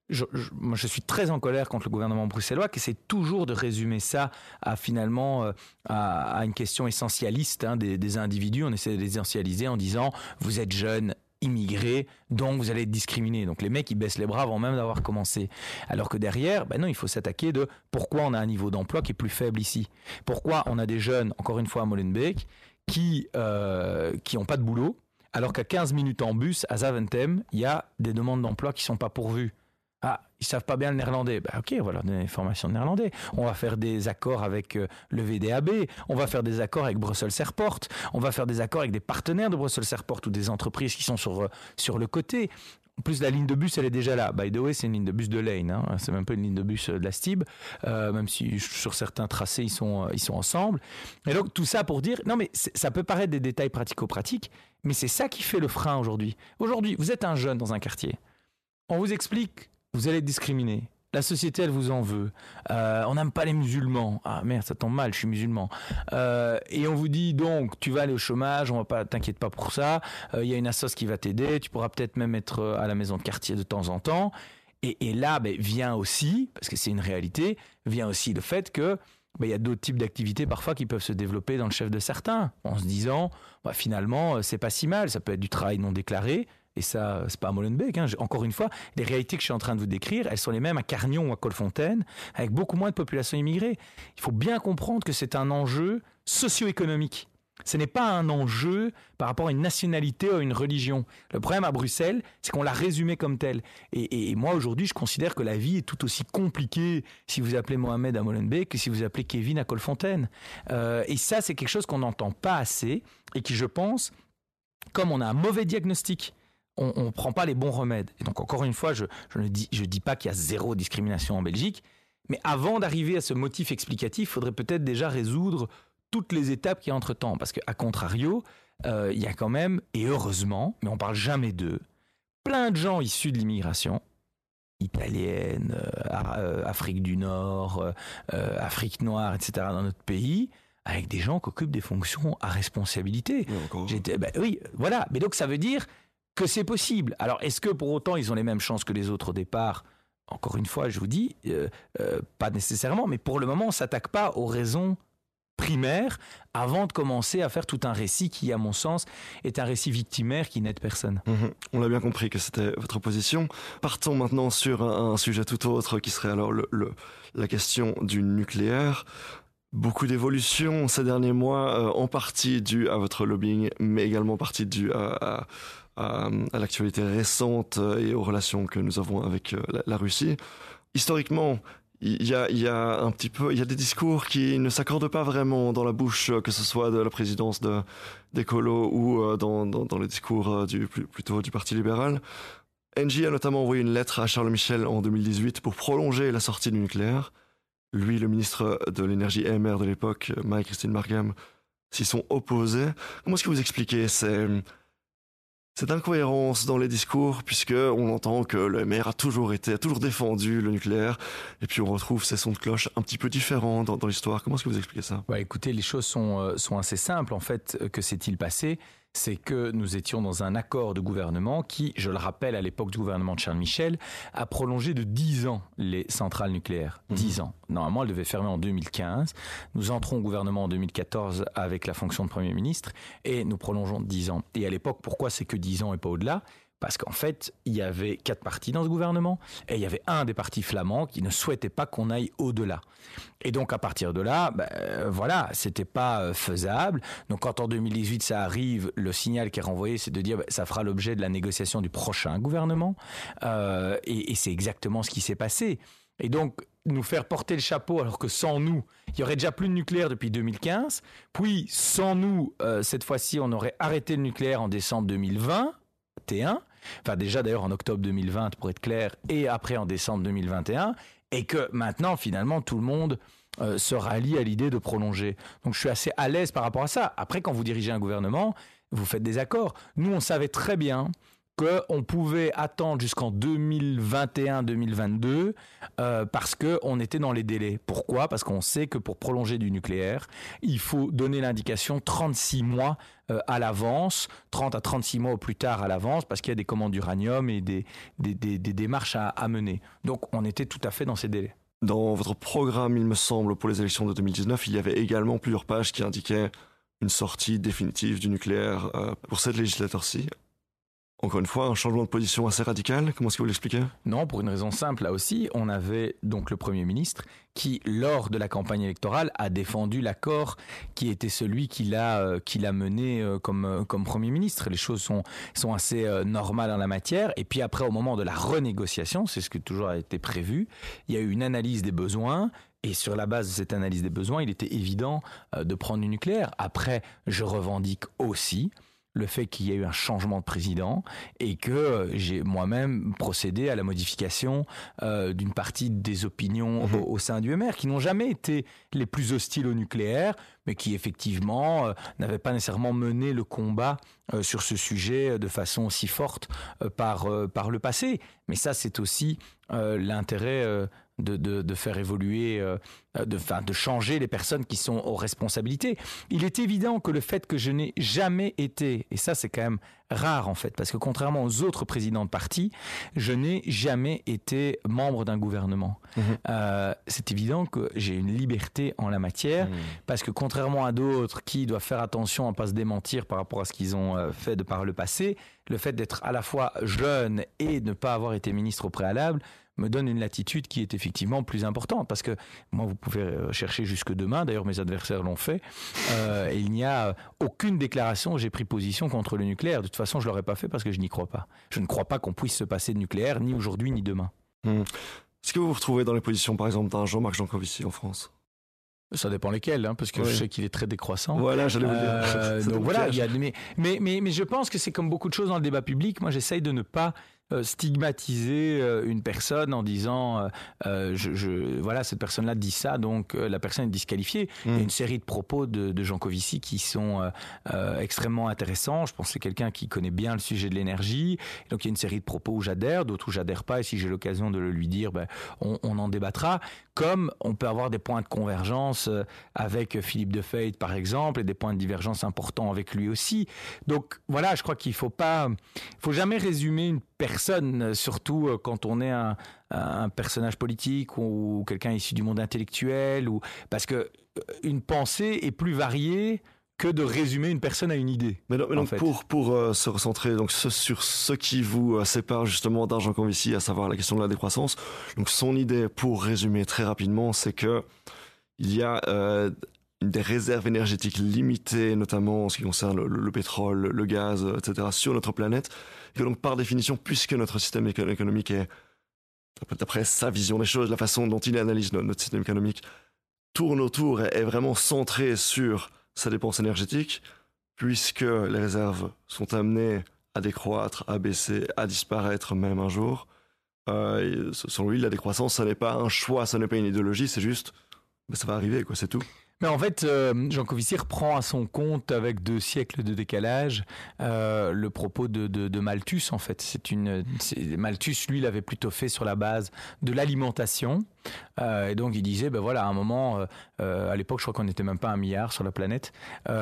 Je, je, moi, je suis très en colère contre le gouvernement bruxellois qui essaie toujours de résumer ça à finalement euh, à, à une question essentialiste hein, des, des individus. On essaie de les essentialiser en disant vous êtes jeunes, immigrés, donc vous allez être discriminés. Donc les mecs ils baissent les bras avant même d'avoir commencé. Alors que derrière, ben non, il faut s'attaquer de pourquoi on a un niveau d'emploi qui est plus faible ici. Pourquoi on a des jeunes, encore une fois à Molenbeek, qui euh, qui ont pas de boulot, alors qu'à quinze minutes en bus à Zaventem, il y a des demandes d'emploi qui sont pas pourvues. Ah, ils savent pas bien le néerlandais. Ben ok, on va leur donner des formations de néerlandais. On va faire des accords avec euh, le V D A B. On va faire des accords avec Brussels Airport. On va faire des accords avec des partenaires de Brussels Airport ou des entreprises qui sont sur, euh, sur le côté. En plus, la ligne de bus, elle est déjà là. By the way, c'est une ligne de bus de Lane. Hein. C'est même pas une ligne de bus de la Stib. Euh, même si sur certains tracés, ils sont, euh, ils sont ensemble. Et donc, tout ça pour dire, non mais ça peut paraître des détails pratico-pratiques, mais c'est ça qui fait le frein aujourd'hui. Aujourd'hui, vous êtes un jeune dans un quartier. On vous explique vous allez être discriminé. La société, elle vous en veut. Euh, on n'aime pas les musulmans. Ah merde, ça tombe mal, je suis musulman. Euh, et on vous dit donc, tu vas aller au chômage, on va pas, t'inquiète pas pour ça. Il euh, y a une assoce qui va t'aider. Tu pourras peut-être même être à la maison de quartier de temps en temps. Et, et là, ben, vient aussi, parce que c'est une réalité, vient aussi le fait que ben, y a d'autres types d'activités parfois qui peuvent se développer dans le chef de certains, en se disant, ben, finalement, c'est pas si mal. Ça peut être du travail non déclaré. Et ça, c'est pas à Molenbeek. Hein. Encore une fois, les réalités que je suis en train de vous décrire, elles sont les mêmes à Carnion ou à Colfontaine, avec beaucoup moins de population immigrée. Il faut bien comprendre que c'est un enjeu socio-économique. Ce n'est pas un enjeu par rapport à une nationalité ou à une religion. Le problème à Bruxelles, c'est qu'on l'a résumé comme tel. Et, et, et moi, aujourd'hui, je considère que la vie est tout aussi compliquée si vous appelez Mohamed à Molenbeek que si vous appelez Kevin à Colfontaine. Euh, et ça, c'est quelque chose qu'on n'entend pas assez et qui, je pense, comme on a un mauvais diagnostic, on ne prend pas les bons remèdes. Et donc, encore une fois, je ne dis, je dis pas qu'il y a zéro discrimination en Belgique, mais avant d'arriver à ce motif explicatif, il faudrait peut-être déjà résoudre toutes les étapes qu'il y a entre-temps. Parce qu'à contrario, euh, il y a quand même, et heureusement, mais on ne parle jamais d'eux, plein de gens issus de l'immigration, italienne, euh, Afrique du Nord, euh, Afrique noire, et cetera, dans notre pays, avec des gens qui occupent des fonctions à responsabilité. Oui, ben, oui, voilà. Mais donc, ça veut dire que c'est possible. Alors, est-ce que pour autant, ils ont les mêmes chances que les autres au départ ? Encore une fois, je vous dis, euh, euh, pas nécessairement, mais pour le moment, on ne s'attaque pas aux raisons primaires avant de commencer à faire tout un récit qui, à mon sens, est un récit victimaire qui n'aide personne. Mmh, on l'a bien compris que c'était votre position. Partons maintenant sur un, un sujet tout autre qui serait alors le, le, la question du nucléaire. Beaucoup d'évolutions ces derniers mois, euh, en partie dû à votre lobbying, mais également en partie dû à... à À, à l'actualité récente et aux relations que nous avons avec la, la Russie. Historiquement, il y a, il y a un petit peu, il y a des discours qui ne s'accordent pas vraiment dans la bouche, que ce soit de la présidence de, des colos ou dans, dans, dans les discours du, plutôt du Parti libéral. Engie a notamment envoyé une lettre à Charles Michel en deux mille dix-huit pour prolonger la sortie du nucléaire. Lui, le ministre de l'énergie A M R de l'époque, Marie-Christine Margam, s'y sont opposés. Comment est-ce que vous expliquez ces... cette incohérence dans les discours, puisqu'on entend que le M R a toujours été, a toujours défendu le nucléaire, et puis on retrouve ces sons de cloche un petit peu différents dans, dans l'histoire. Comment est-ce que vous expliquez ça ? Bah, écoutez, les choses sont, euh, sont assez simples. En fait, que s'est-il passé ? C'est que nous étions dans un accord de gouvernement qui, je le rappelle, à l'époque du gouvernement de Charles Michel, a prolongé de dix ans les centrales nucléaires. Mmh. dix ans. Normalement, elles devaient fermer en deux mille quinze. Nous entrons au gouvernement en deux mille quatorze avec la fonction de Premier ministre et nous prolongeons de dix ans. Et à l'époque, pourquoi c'est que dix ans et pas au-delà ? Parce qu'en fait, il y avait quatre partis dans ce gouvernement et il y avait un des partis flamands qui ne souhaitait pas qu'on aille au-delà. Et donc, à partir de là, ben, voilà, c'était pas faisable. Donc, quand en deux mille dix-huit, ça arrive, le signal qui est renvoyé, c'est de dire ben, ça fera l'objet de la négociation du prochain gouvernement. Euh, et, et c'est exactement ce qui s'est passé. Et donc, nous faire porter le chapeau alors que sans nous, il y aurait déjà plus de nucléaire depuis deux mille quinze. Puis, sans nous, euh, cette fois-ci, on aurait arrêté le nucléaire en décembre deux mille vingt et un. Enfin déjà d'ailleurs en octobre deux mille vingt pour être clair, et après en décembre deux mille vingt et un, et que maintenant finalement tout le monde euh, se rallie à l'idée de prolonger. Donc je suis assez à l'aise par rapport à ça. Après quand vous dirigez un gouvernement, vous faites des accords. Nous on savait très bien qu'on pouvait attendre jusqu'en deux mille vingt et un deux mille vingt-deux euh, parce qu'on était dans les délais. Pourquoi ? Parce qu'on sait que pour prolonger du nucléaire, il faut donner l'indication trente-six mois euh, à l'avance, trente à trente-six mois au plus tard à l'avance, parce qu'il y a des commandes d'uranium et des, des, des, des démarches à, à mener. Donc on était tout à fait dans ces délais. Dans votre programme, il me semble, pour les élections de deux mille dix-neuf, il y avait également plusieurs pages qui indiquaient une sortie définitive du nucléaire euh, pour cette législature-ci. Encore une fois, un changement de position assez radical. Comment est-ce que vous l'expliquez ? Non, pour une raison simple, là aussi, on avait donc le Premier ministre qui, lors de la campagne électorale, a défendu l'accord qui était celui qu'il a, euh, qu'il a mené euh, comme, euh, comme Premier ministre. Les choses sont, sont assez euh, normales en la matière. Et puis après, au moment de la renégociation, c'est ce qui toujours a été prévu, il y a eu une analyse des besoins. Et sur la base de cette analyse des besoins, il était évident euh, de prendre du nucléaire. Après, je revendique aussi le fait qu'il y ait eu un changement de président et que j'ai moi-même procédé à la modification euh, d'une partie des opinions mmh. au, au sein du M R, qui n'ont jamais été les plus hostiles au nucléaire, mais qui effectivement euh, n'avaient pas nécessairement mené le combat euh, sur ce sujet de façon aussi forte euh, par, euh, par le passé. Mais ça, c'est aussi euh, l'intérêt euh, de, de, de faire évoluer, euh, de, enfin, de changer les personnes qui sont aux responsabilités. Il est évident que le fait que je n'ai jamais été, et ça c'est quand même rare en fait, parce que contrairement aux autres présidents de parti, je n'ai jamais été membre d'un gouvernement. Mmh. Euh, c'est évident que j'ai une liberté en la matière, mmh. parce que contrairement à d'autres qui doivent faire attention à ne pas se démentir par rapport à ce qu'ils ont fait de par le passé, le fait d'être à la fois jeune et de ne pas avoir été ministre au préalable me donne une latitude qui est effectivement plus importante, parce que moi vous pouvez chercher jusque demain, d'ailleurs mes adversaires l'ont fait, euh, et il n'y a aucune déclaration où j'ai pris position contre le nucléaire. De toute façon je ne l'aurais pas fait parce que je n'y crois pas. Je ne crois pas qu'on puisse se passer de nucléaire ni aujourd'hui ni demain. Mmh. Est-ce que vous vous retrouvez dans les positions par exemple d'un Jean-Marc Jancovici en France ? Ça dépend lesquels, hein, parce que oui. je sais qu'il est très décroissant. Voilà, j'allais vous dire. Euh, donc voilà, il y a, mais, mais, mais, mais je pense que c'est comme beaucoup de choses dans le débat public. Moi, j'essaye de ne pas euh, stigmatiser euh, une personne en disant, euh, je, je, voilà, cette personne-là dit ça, donc euh, la personne est disqualifiée. Mmh. Il y a une série de propos de, de Jancovici qui sont euh, euh, extrêmement intéressants. Je pense que c'est quelqu'un qui connaît bien le sujet de l'énergie. Donc il y a une série de propos où j'adhère, d'autres où j'adhère pas. Et si j'ai l'occasion de le lui dire, ben, on, on en débattra. Comme on peut avoir des points de convergence avec Philippe de Feit, par exemple, et des points de divergence importants avec lui aussi. Donc voilà, je crois qu'il faut pas, faut jamais résumer une personne, surtout quand on est un, un personnage politique ou quelqu'un issu du monde intellectuel, ou parce que une pensée est plus variée que de résumer une personne à une idée. Mais, non, mais donc pour, pour euh, se recentrer donc, ce, sur ce qui vous euh, sépare justement d'un Jancovici, à savoir la question de la décroissance, donc son idée, pour résumer très rapidement, c'est que il y a euh, des réserves énergétiques limitées, notamment en ce qui concerne le, le pétrole, le gaz, et cetera, sur notre planète, et que donc par définition, puisque notre système économique est, d'après sa vision des choses, la façon dont il analyse notre, notre système économique, tourne autour, est, est vraiment centré sur sa dépense énergétique, puisque les réserves sont amenées à décroître, à baisser, à disparaître même un jour. Euh, selon lui, la décroissance, ça n'est pas un choix, ça n'est pas une idéologie, c'est juste, ben, ça va arriver, quoi, c'est tout. Mais en fait, euh, Jancovici reprend à son compte, avec deux siècles de décalage, euh, le propos de, de, de Malthus, en fait. C'est une, c'est, Malthus, lui, l'avait plutôt fait sur la base de l'alimentation. Euh, et donc, il disait, ben voilà, à un moment, euh, à l'époque, je crois qu'on n'était même pas un milliard sur la planète.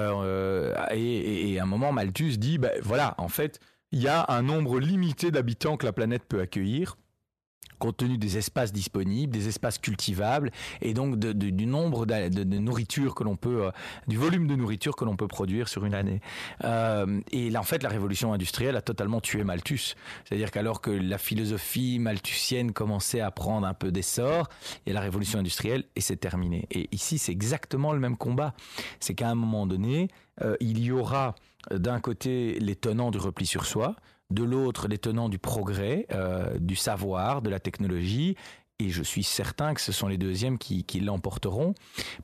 Euh, et, et, et à un moment, Malthus dit, ben voilà, en fait, il y a un nombre limité d'habitants que la planète peut accueillir, compte tenu des espaces disponibles, des espaces cultivables, et donc de, de, du nombre de, de, de nourriture que l'on peut, euh, du volume de nourriture que l'on peut produire sur une année. Euh, et là, en fait, la révolution industrielle a totalement tué Malthus. C'est-à-dire qu'alors que la philosophie malthusienne commençait à prendre un peu d'essor, il y a la révolution industrielle et c'est terminé. Et ici, c'est exactement le même combat. C'est qu'à un moment donné, euh, il y aura d'un côté les tenants du repli sur soi, de l'autre les tenants du progrès, euh, du savoir, de la technologie, et je suis certain que ce sont les deuxièmes qui, qui l'emporteront. Pourquoi ?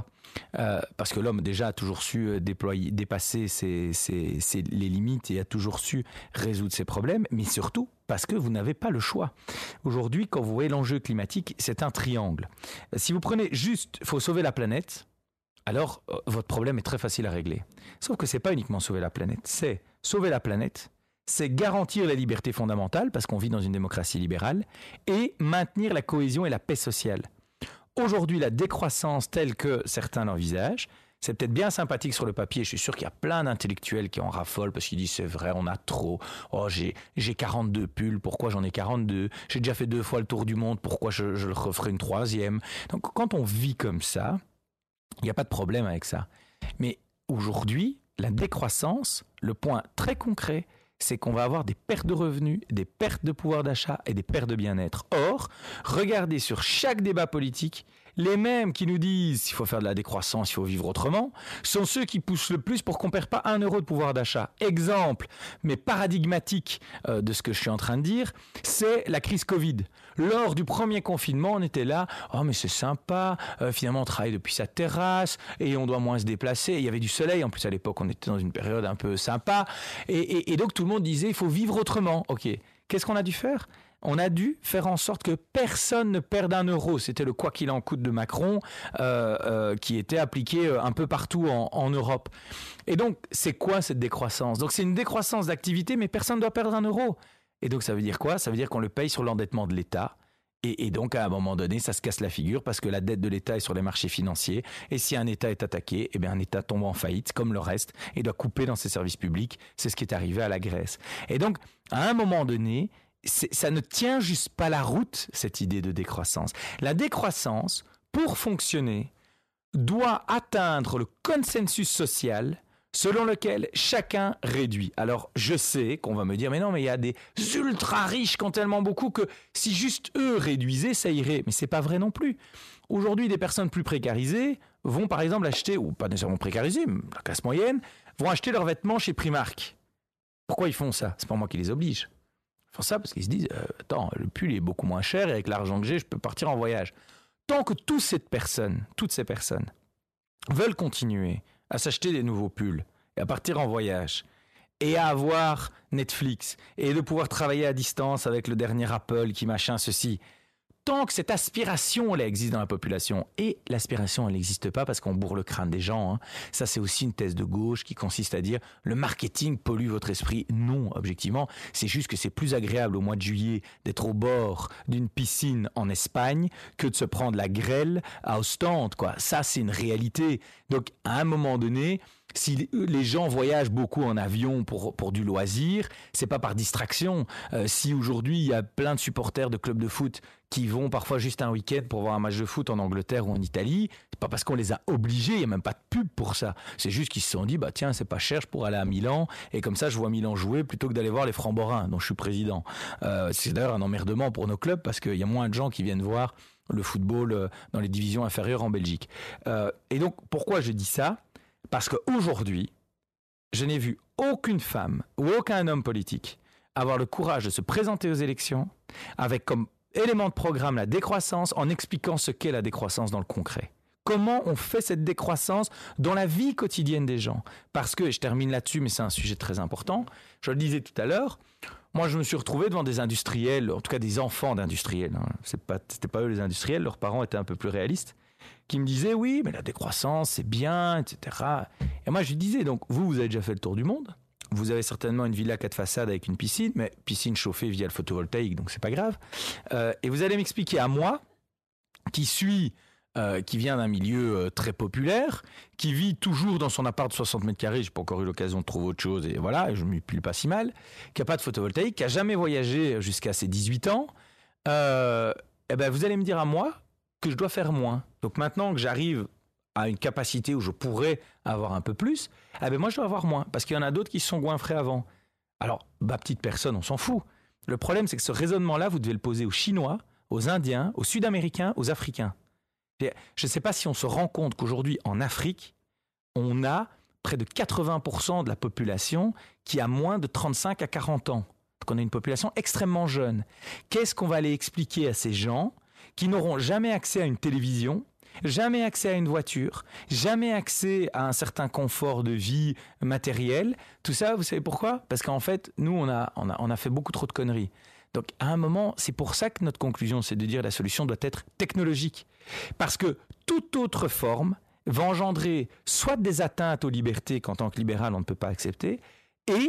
euh, Parce que l'homme déjà a toujours su déployer, dépasser ses, ses, ses, les limites et a toujours su résoudre ses problèmes, mais surtout parce que vous n'avez pas le choix. Aujourd'hui, quand vous voyez l'enjeu climatique, c'est un triangle. Si vous prenez juste, il faut sauver la planète, alors euh, votre problème est très facile à régler. Sauf que c'est pas uniquement sauver la planète, c'est sauver la planète, c'est garantir la liberté fondamentale, parce qu'on vit dans une démocratie libérale, et maintenir la cohésion et la paix sociale. Aujourd'hui, la décroissance telle que certains l'envisagent, c'est peut-être bien sympathique sur le papier. Je suis sûr qu'il y a plein d'intellectuels qui en raffolent parce qu'ils disent c'est vrai, on a trop. Oh, j'ai, j'ai quarante-deux pulls, pourquoi j'en ai quarante-deux? J'ai déjà fait deux fois le tour du monde, pourquoi je, je le referai une troisième? Donc quand on vit comme ça, il n'y a pas de problème avec ça. Mais aujourd'hui, la décroissance, le point très concret, c'est qu'on va avoir des pertes de revenus, des pertes de pouvoir d'achat et des pertes de bien-être. Or, regardez sur chaque débat politique, les mêmes qui nous disent qu'il faut faire de la décroissance, il faut vivre autrement, sont ceux qui poussent le plus pour qu'on ne perde pas un euro de pouvoir d'achat. Exemple, mais paradigmatique euh, de ce que je suis en train de dire, c'est la crise Covid. Lors du premier confinement, on était là, oh mais c'est sympa, euh, finalement on travaille depuis sa terrasse et on doit moins se déplacer. Et il y avait du soleil, en plus à l'époque on était dans une période un peu sympa. Et, et, et donc tout le monde disait il faut vivre autrement. Ok, qu'est-ce qu'on a dû faire ? On a dû faire en sorte que personne ne perde un euro. C'était le quoi qu'il en coûte de Macron euh, euh, qui était appliqué un peu partout en, en Europe. Et donc, c'est quoi cette décroissance ? Donc, c'est une décroissance d'activité, mais personne ne doit perdre un euro. Et donc, ça veut dire quoi ? Ça veut dire qu'on le paye sur l'endettement de l'État. Et, et donc, à un moment donné, ça se casse la figure parce que la dette de l'État est sur les marchés financiers. Et si un État est attaqué, eh bien, un État tombe en faillite, comme le reste, et doit couper dans ses services publics. C'est ce qui est arrivé à la Grèce. Et donc, à un moment donné, C'est, ça ne tient juste pas la route, cette idée de décroissance. La décroissance, pour fonctionner, doit atteindre le consensus social selon lequel chacun réduit. Alors, je sais qu'on va me dire, mais non, mais il y a des ultra riches qui ont tellement beaucoup que si juste eux réduisaient, ça irait. Mais c'est pas vrai non plus. Aujourd'hui, des personnes plus précarisées vont, par exemple, acheter, ou pas nécessairement précarisées, mais la classe moyenne, vont acheter leurs vêtements chez Primark. Pourquoi ils font ça ? C'est pas moi qui les oblige. Ils font ça parce qu'ils se disent euh, attends, le pull est beaucoup moins cher et avec l'argent que j'ai, je peux partir en voyage. Tant que toutes ces personnes, toutes ces personnes veulent continuer à s'acheter des nouveaux pulls et à partir en voyage et à avoir Netflix et de pouvoir travailler à distance avec le dernier Apple qui machin ceci, tant que cette aspiration elle existe dans la population, et l'aspiration elle n'existe pas parce qu'on bourre le crâne des gens, hein. Ça c'est aussi une thèse de gauche qui consiste à dire le marketing pollue votre esprit. Non, objectivement, c'est juste que c'est plus agréable au mois de juillet d'être au bord d'une piscine en Espagne que de se prendre la grêle à Ostende, quoi. Ça c'est une réalité. Donc à un moment donné, si les gens voyagent beaucoup en avion pour, pour du loisir, c'est pas par distraction. Euh, si aujourd'hui il y a plein de supporters de clubs de foot qui vont parfois juste un week-end pour voir un match de foot en Angleterre ou en Italie, c'est pas parce qu'on les a obligés, il n'y a même pas de pub pour ça. C'est juste qu'ils se sont dit, bah tiens, c'est pas cher, je pourrais aller à Milan, et comme ça je vois Milan jouer plutôt que d'aller voir les Francs-Borins, dont je suis président. Euh, c'est d'ailleurs un emmerdement pour nos clubs parce qu'il y a moins de gens qui viennent voir le football dans les divisions inférieures en Belgique. Euh, et donc, pourquoi je dis ça ? Parce qu'aujourd'hui, je n'ai vu aucune femme ou aucun homme politique avoir le courage de se présenter aux élections avec comme élément de programme la décroissance en expliquant ce qu'est la décroissance dans le concret. Comment on fait cette décroissance dans la vie quotidienne des gens ? Parce que, et je termine là-dessus, mais c'est un sujet très important, je le disais tout à l'heure, moi je me suis retrouvé devant des industriels, en tout cas des enfants d'industriels, hein. C'est pas, c'était pas eux les industriels, leurs parents étaient un peu plus réalistes, qui me disaient oui, mais la décroissance c'est bien, et cetera. Et moi je lui disais, donc vous, vous avez déjà fait le tour du monde, vous avez certainement une villa quatre façades avec une piscine, mais piscine chauffée via le photovoltaïque, donc c'est pas grave. Euh, et vous allez m'expliquer à moi, qui suis, euh, qui vient d'un milieu euh, très populaire, qui vit toujours dans son appart de soixante mètres carrés, j'ai pas encore eu l'occasion de trouver autre chose, et voilà, et je m'y plie pas si mal, qui a pas de photovoltaïque, qui a jamais voyagé jusqu'à ses dix-huit ans, euh, et ben vous allez me dire à moi que je dois faire moins. Donc maintenant que j'arrive à une capacité où je pourrais avoir un peu plus, eh ben moi je dois avoir moins, parce qu'il y en a d'autres qui se sont goinfrés avant. Alors, ma petite personne, on s'en fout. Le problème, c'est que ce raisonnement-là, vous devez le poser aux Chinois, aux Indiens, aux Sud-Américains, aux Africains. Je ne sais pas si on se rend compte qu'aujourd'hui, en Afrique, on a près de quatre-vingts pour cent de la population qui a moins de trente-cinq à quarante ans. Donc on a une population extrêmement jeune. Qu'est-ce qu'on va aller expliquer à ces gens qui n'auront jamais accès à une télévision, jamais accès à une voiture, jamais accès à un certain confort de vie matériel? Tout ça, vous savez pourquoi? Parce qu'en fait, nous, on a, on a, on a fait beaucoup trop de conneries. Donc, à un moment, c'est pour ça que notre conclusion, c'est de dire que la solution doit être technologique. Parce que toute autre forme va engendrer soit des atteintes aux libertés qu'en tant que libéral, on ne peut pas accepter, et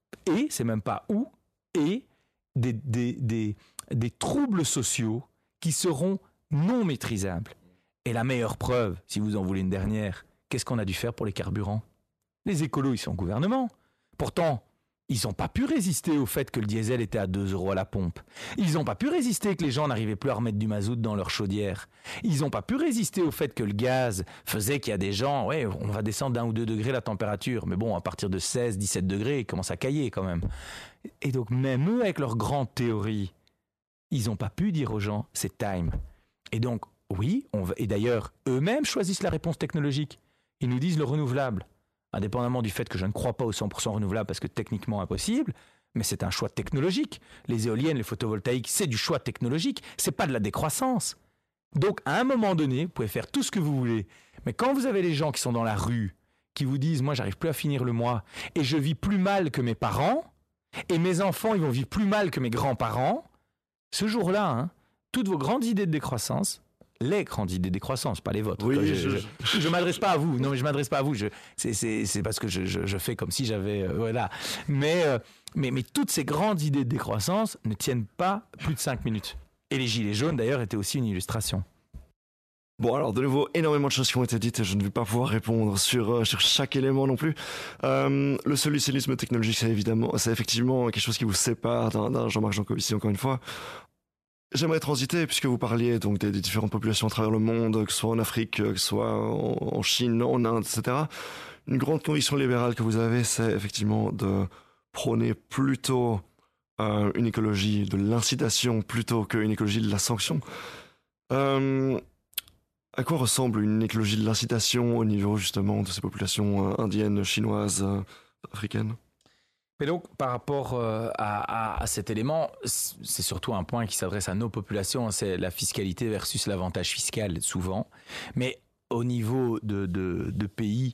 et, c'est même pas ou, et des, des, des, des troubles sociaux qui seront non maîtrisables. Et la meilleure preuve, si vous en voulez une dernière, qu'est-ce qu'on a dû faire pour les carburants ? Les écolos, ils sont au gouvernement. Pourtant, ils n'ont pas pu résister au fait que le diesel était à deux euros à la pompe. Ils n'ont pas pu résister que les gens n'arrivaient plus à remettre du mazout dans leur chaudière. Ils n'ont pas pu résister au fait que le gaz faisait qu'il y a des gens, ouais, on va descendre d'un ou deux degrés la température, mais bon, à partir de seize, dix-sept degrés, ils commencent à cailler quand même. Et donc, même eux, avec leur grande théorie, ils n'ont pas pu dire aux gens, c'est time. Et donc, oui, on va, et d'ailleurs, eux-mêmes choisissent la réponse technologique. Ils nous disent le renouvelable. Indépendamment du fait que je ne crois pas au cent pour cent renouvelable parce que techniquement impossible, mais c'est un choix technologique. Les éoliennes, les photovoltaïques, c'est du choix technologique, c'est pas de la décroissance. Donc, à un moment donné, vous pouvez faire tout ce que vous voulez, mais quand vous avez les gens qui sont dans la rue, qui vous disent « moi, j'arrive plus à finir le mois et je vis plus mal que mes parents, et mes enfants, ils vont vivre plus mal que mes grands-parents », ce jour-là, hein, toutes vos grandes idées de décroissance, les grandes idées de décroissance, pas les vôtres. Oui, je, je, je, je, je m'adresse pas à vous. Non, mais je m'adresse pas à vous. Je, c'est, c'est, c'est parce que je, je, je fais comme si j'avais, euh, voilà. Mais, euh, mais, mais toutes ces grandes idées de décroissance ne tiennent pas plus de cinq minutes. Et les gilets jaunes, d'ailleurs, étaient aussi une illustration. Bon, alors de nouveau, énormément de choses qui ont été dites et je ne vais pas pouvoir répondre sur, euh, sur chaque élément non plus. Euh, le solutionnisme technologique, c'est évidemment, c'est effectivement quelque chose qui vous sépare d'un, d'un Jean-Marc Jancovici, encore une fois. J'aimerais transiter, puisque vous parliez donc des, des différentes populations à travers le monde, que ce soit en Afrique, que ce soit en, en Chine, en Inde, et cetera. Une grande conviction libérale que vous avez, c'est effectivement de prôner plutôt euh, une écologie de l'incitation plutôt qu'une écologie de la sanction. Euh, à quoi ressemble une écologie de l'incitation au niveau justement de ces populations euh, indiennes, chinoises, euh, africaines ? Mais donc, par rapport euh, à, à, à cet élément, c'est surtout un point qui s'adresse à nos populations, c'est la fiscalité versus l'avantage fiscal, souvent. Mais au niveau de, de, de pays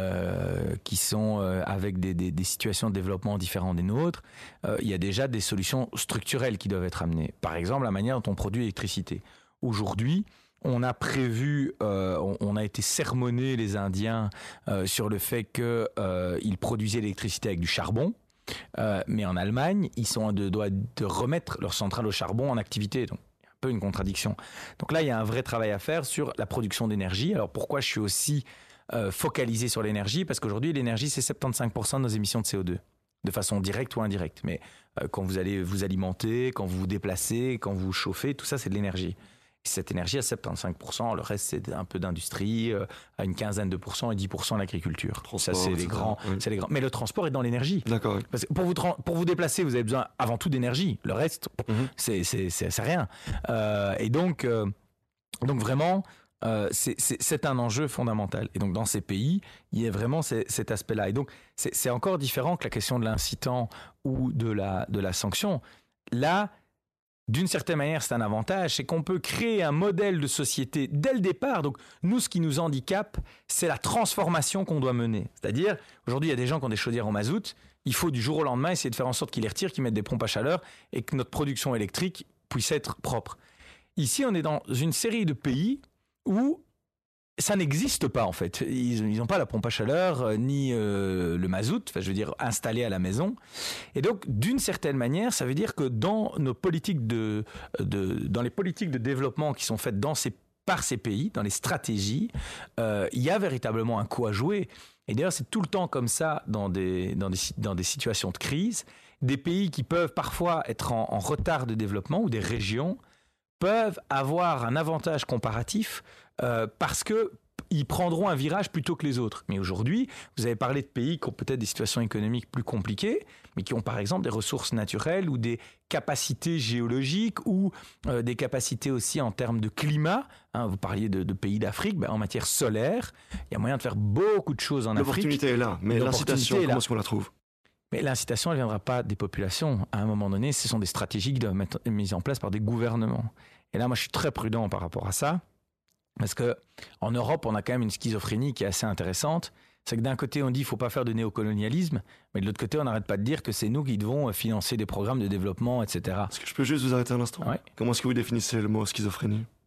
euh, qui sont euh, avec des, des, des situations de développement différentes des nôtres, euh, il y a déjà des solutions structurelles qui doivent être amenées. Par exemple, la manière dont on produit l'électricité. Aujourd'hui, on a prévu, euh, on, on a été sermonné les Indiens euh, sur le fait qu'ils euh, produisaient l'électricité avec du charbon. Euh, mais en Allemagne, ils sont de, de, de remettre leur centrale au charbon en activité. Donc, il y a un peu une contradiction. Donc là, il y a un vrai travail à faire sur la production d'énergie. Alors, pourquoi je suis aussi euh, focalisé sur l'énergie ? Parce qu'aujourd'hui, l'énergie, c'est soixante-quinze pour cent de nos émissions de C O deux, de façon directe ou indirecte. Mais euh, quand vous allez vous alimenter, quand vous vous déplacez, quand vous vous chauffez, tout ça, c'est de l'énergie. Cette énergie à soixante-quinze pour cent, le reste c'est un peu d'industrie, euh, à une quinzaine de pourcents et dix pour cent l'agriculture. Ça c'est les grands, oui. c'est les grands. Mais le transport est dans l'énergie. D'accord. Oui. Parce que pour vous tra- pour vous déplacer, vous avez besoin avant tout d'énergie. Le reste, mm-hmm. c'est, c'est c'est c'est rien. Euh, et donc euh, donc vraiment. Euh, c'est, c'est, c'est un enjeu fondamental. Et donc, dans ces pays, il y a vraiment ces, cet aspect-là. Et donc, c'est, c'est encore différent que la question de l'incitant ou de la, de la sanction. Là, d'une certaine manière, c'est un avantage, c'est qu'on peut créer un modèle de société dès le départ. Donc, nous, ce qui nous handicape, c'est la transformation qu'on doit mener. C'est-à-dire, aujourd'hui, il y a des gens qui ont des chaudières au mazout. Il faut, du jour au lendemain, essayer de faire en sorte qu'ils les retirent, qu'ils mettent des pompes à chaleur et que notre production électrique puisse être propre. Ici, on est dans une série de pays où ça n'existe pas, en fait. Ils n'ont pas la pompe à chaleur, euh, ni euh, le mazout, enfin, je veux dire, installé à la maison. Et donc, d'une certaine manière, ça veut dire que dans nos politiques de, de, dans les politiques de développement qui sont faites dans ces, par ces pays, dans les stratégies, euh, il y a véritablement un coup à jouer. Et d'ailleurs, c'est tout le temps comme ça dans des, dans des, dans des situations de crise. Des pays qui peuvent parfois être en, en retard de développement ou des régions peuvent avoir un avantage comparatif euh, parce qu'ils prendront un virage plutôt que les autres. Mais aujourd'hui, vous avez parlé de pays qui ont peut-être des situations économiques plus compliquées, mais qui ont par exemple des ressources naturelles ou des capacités géologiques ou euh, des capacités aussi en termes de climat. Hein, vous parliez de, de pays d'Afrique, ben, en matière solaire, il y a moyen de faire beaucoup de choses en Afrique. L'opportunité est là, mais l'incitation, comment est-ce qu'on la trouve ? Mais l'incitation, elle ne viendra pas des populations. À un moment donné, ce sont des stratégies qui doivent être mises en place par des gouvernements. Et là, moi, je suis très prudent par rapport à ça. Parce qu'en Europe, on a quand même une schizophrénie qui est assez intéressante. C'est que d'un côté, on dit qu'il ne faut pas faire de néocolonialisme, mais de l'autre côté, on n'arrête pas de dire que c'est nous qui devons financer des programmes de développement, et cetera. Est-ce que je peux juste vous arrêter un instant ? Ouais. Comment est-ce que vous définissez le mot schizophrénie ?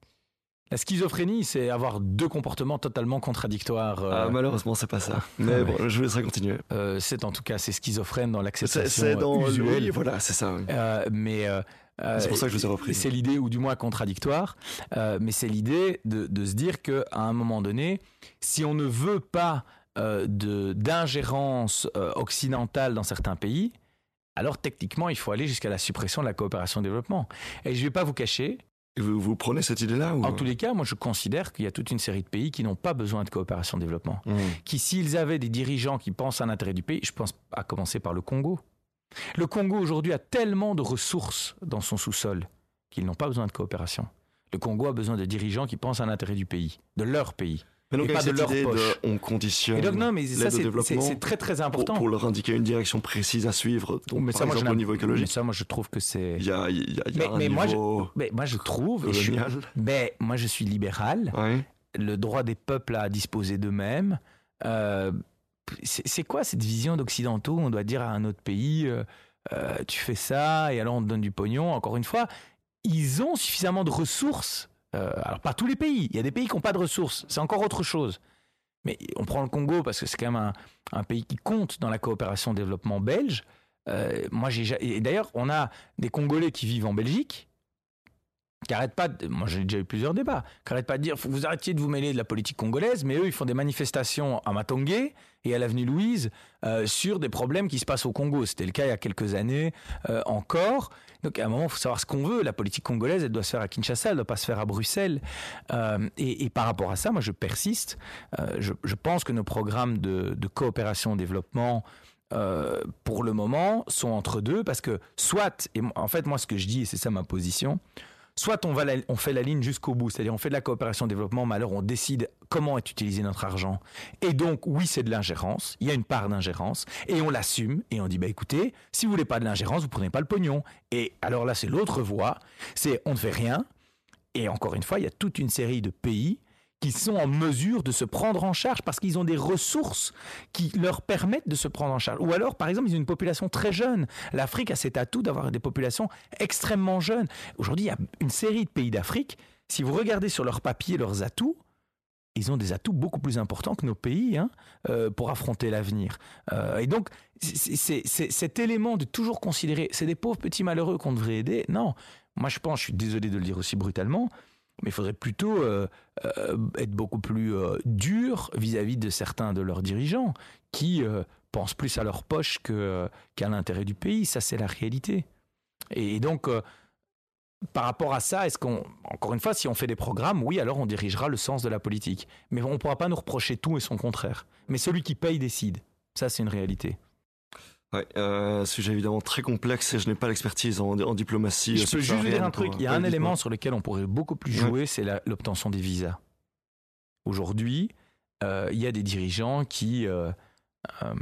La schizophrénie, c'est avoir deux comportements totalement contradictoires. Euh... Ah, malheureusement, c'est pas ça. Mais bon, je vous laisserai continuer. Euh, c'est en tout cas, c'est schizophrène dans l'acceptation c'est, c'est dans usuelle. Oui, voilà, c'est ça. Oui. Euh, mais euh, c'est pour ça que je vous ai repris. C'est l'idée, ou du moins contradictoire, euh, mais c'est l'idée de, de se dire qu'à un moment donné, si on ne veut pas euh, de, d'ingérence euh, occidentale dans certains pays, alors techniquement, il faut aller jusqu'à la suppression de la coopération au développement. Et je ne vais pas vous cacher... Vous, vous prenez cette idée-là ou... En tous les cas, moi je considère qu'il y a toute une série de pays qui n'ont pas besoin de coopération au développement. Mmh. Qui, s'ils avaient des dirigeants qui pensent à l'intérêt du pays, je pense à commencer par le Congo. Le Congo aujourd'hui a tellement de ressources dans son sous-sol qu'ils n'ont pas besoin de coopération. Le Congo a besoin de dirigeants qui pensent à l'intérêt du pays, de leur pays. Mais donc, et pas de leur idée poche. De, on conditionne et donc, non, mais ça, l'aide c'est, au développement c'est, c'est très très important. Pour, pour leur indiquer une direction précise à suivre, donc, mais par ça, exemple moi, au niveau écologique. Mais ça, moi je trouve que c'est... Il y a, il y a, il y mais, a un mais niveau moi, je, mais moi je trouve... colonial. Je, mais moi je suis libéral. Ouais. Le droit des peuples à disposer d'eux-mêmes. Euh, c'est, c'est quoi cette vision d'occidentaux? On doit dire à un autre pays, euh, euh, tu fais ça et alors on te donne du pognon. Encore une fois, ils ont suffisamment de ressources. Euh, alors pas tous les pays. Il y a des pays qui n'ont pas de ressources. C'est encore autre chose. Mais on prend le Congo parce que c'est quand même un, un pays qui compte dans la coopération au développement belge. Euh, moi, j'ai, et d'ailleurs, on a des Congolais qui vivent en Belgique, qui n'arrêtent pas, de, moi j'ai déjà eu plusieurs débats, qui n'arrêtent pas de dire faut que vous arrêtiez de vous mêler de la politique congolaise, mais eux, ils font des manifestations à Matongé et à l'avenue Louise euh, sur des problèmes qui se passent au Congo. C'était le cas il y a quelques années euh, encore. Donc à un moment, il faut savoir ce qu'on veut. La politique congolaise, elle doit se faire à Kinshasa, elle ne doit pas se faire à Bruxelles. Euh, et, et par rapport à ça, moi je persiste. Euh, je, je pense que nos programmes de, de coopération au développement, euh, pour le moment, sont entre deux. Parce que soit, et en fait moi ce que je dis, et c'est ça ma position, soit on, va la, on fait la ligne jusqu'au bout, c'est-à-dire on fait de la coopération au développement, mais alors on décide comment est utilisé notre argent. Et donc, oui, c'est de l'ingérence, il y a une part d'ingérence, et on l'assume, et on dit, bah écoutez, si vous voulez pas de l'ingérence, vous prenez pas le pognon. Et alors là, c'est l'autre voie, c'est on ne fait rien, et encore une fois, il y a toute une série de pays qui sont en mesure de se prendre en charge parce qu'ils ont des ressources qui leur permettent de se prendre en charge. Ou alors, par exemple, ils ont une population très jeune. L'Afrique a cet atout d'avoir des populations extrêmement jeunes. Aujourd'hui, il y a une série de pays d'Afrique. Si vous regardez sur leur papier leurs atouts, ils ont des atouts beaucoup plus importants que nos pays hein, euh, pour affronter l'avenir. Euh, et donc, c'est, c'est, c'est cet élément de toujours considérer, c'est des pauvres petits malheureux qu'on devrait aider. Non, moi je pense, je suis désolé de le dire aussi brutalement, mais il faudrait plutôt euh, euh, être beaucoup plus euh, dur vis-à-vis de certains de leurs dirigeants qui euh, pensent plus à leur poche que, euh, qu'à l'intérêt du pays. Ça, c'est la réalité. Et, et donc, euh, par rapport à ça, est-ce qu'on, encore une fois, si on fait des programmes, oui, alors on dirigera le sens de la politique. Mais on ne pourra pas nous reprocher tout et son contraire. Mais celui qui paye décide. Ça, c'est une réalité. Ouais, euh, sujet évidemment très complexe et je n'ai pas l'expertise en, en diplomatie. Je peux juste vous dire un truc, il y a un élément sur lequel on pourrait beaucoup plus jouer, ouais. c'est la, l'obtention des visas. Aujourd'hui, euh, il y a des dirigeants qui euh, euh,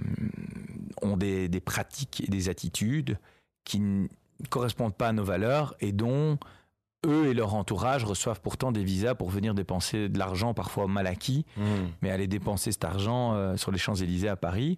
ont des, des pratiques et des attitudes qui ne correspondent pas à nos valeurs et dont eux et leur entourage reçoivent pourtant des visas pour venir dépenser de l'argent parfois mal acquis, mmh. mais aller dépenser cet argent euh, sur les Champs-Élysées à Paris.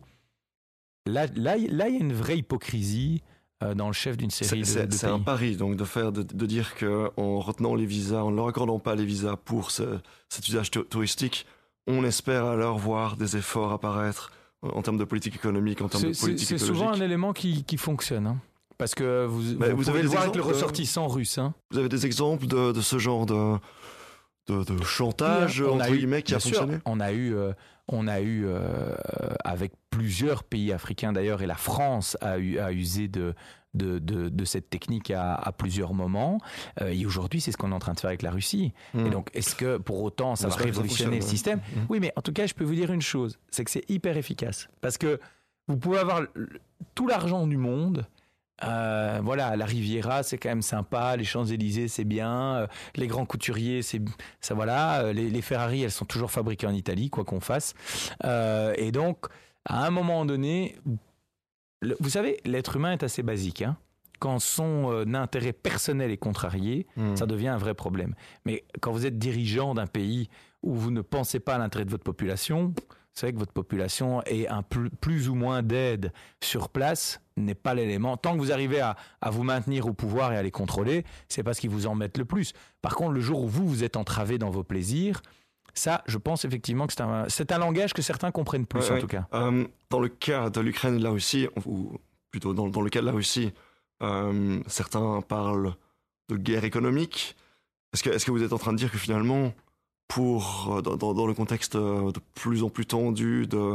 Là, là, là, il y a une vraie hypocrisie euh, dans le chef d'une série c'est, de, c'est, de c'est pays. C'est un pari, donc, de, faire, de, de dire qu'en retenant les visas, en ne leur accordant pas les visas pour ce, cet usage t- touristique, on espère alors voir des efforts apparaître en termes de politique économique, en termes c'est, de politique c'est, c'est écologique. C'est souvent un élément qui, qui fonctionne, hein. Parce que vous, vous, vous vous avez pouvez le voir avec le ressortissant de... russe. Hein. Vous avez des exemples de, de ce genre de... De, de chantage, oui, entre eu, guillemets, qui a sûr, fonctionné. On a eu, euh, on a eu euh, avec plusieurs pays africains d'ailleurs, et la France a, eu, a usé de, de, de, de cette technique à, à plusieurs moments. Euh, et aujourd'hui, c'est ce qu'on est en train de faire avec la Russie. Mmh. Et donc, est-ce que pour autant, ça va révolutionner le système ? mmh. Oui, mais en tout cas, je peux vous dire une chose, c'est que c'est hyper efficace. Parce que vous pouvez avoir tout l'argent du monde. Euh, voilà, la Riviera, c'est quand même sympa. Les Champs-Élysées, c'est bien. Euh, les grands couturiers, c'est ça. Voilà, euh, les, les Ferrari, elles sont toujours fabriquées en Italie, quoi qu'on fasse. Euh, et donc, à un moment donné, le, vous savez, l'être humain est assez basique. Hein. Quand son euh, intérêt personnel est contrarié, mmh. ça devient un vrai problème. Mais quand vous êtes dirigeant d'un pays où vous ne pensez pas à l'intérêt de votre population, savez que votre population ait un plus, plus ou moins d'aide sur place n'est pas l'élément. Tant que vous arrivez à, à vous maintenir au pouvoir et à les contrôler, c'est pas ce qui vous embête le plus. Par contre, le jour où vous, vous êtes entravé dans vos plaisirs, ça, je pense effectivement que c'est un, c'est un langage que certains comprennent plus, ouais, en ouais. tout cas. Euh, dans le cas de l'Ukraine et de la Russie, ou plutôt dans, dans le cas de la Russie, euh, certains parlent de guerre économique. Est-ce que, est-ce que vous êtes en train de dire que finalement, pour, dans, dans, dans le contexte de plus en plus tendu de,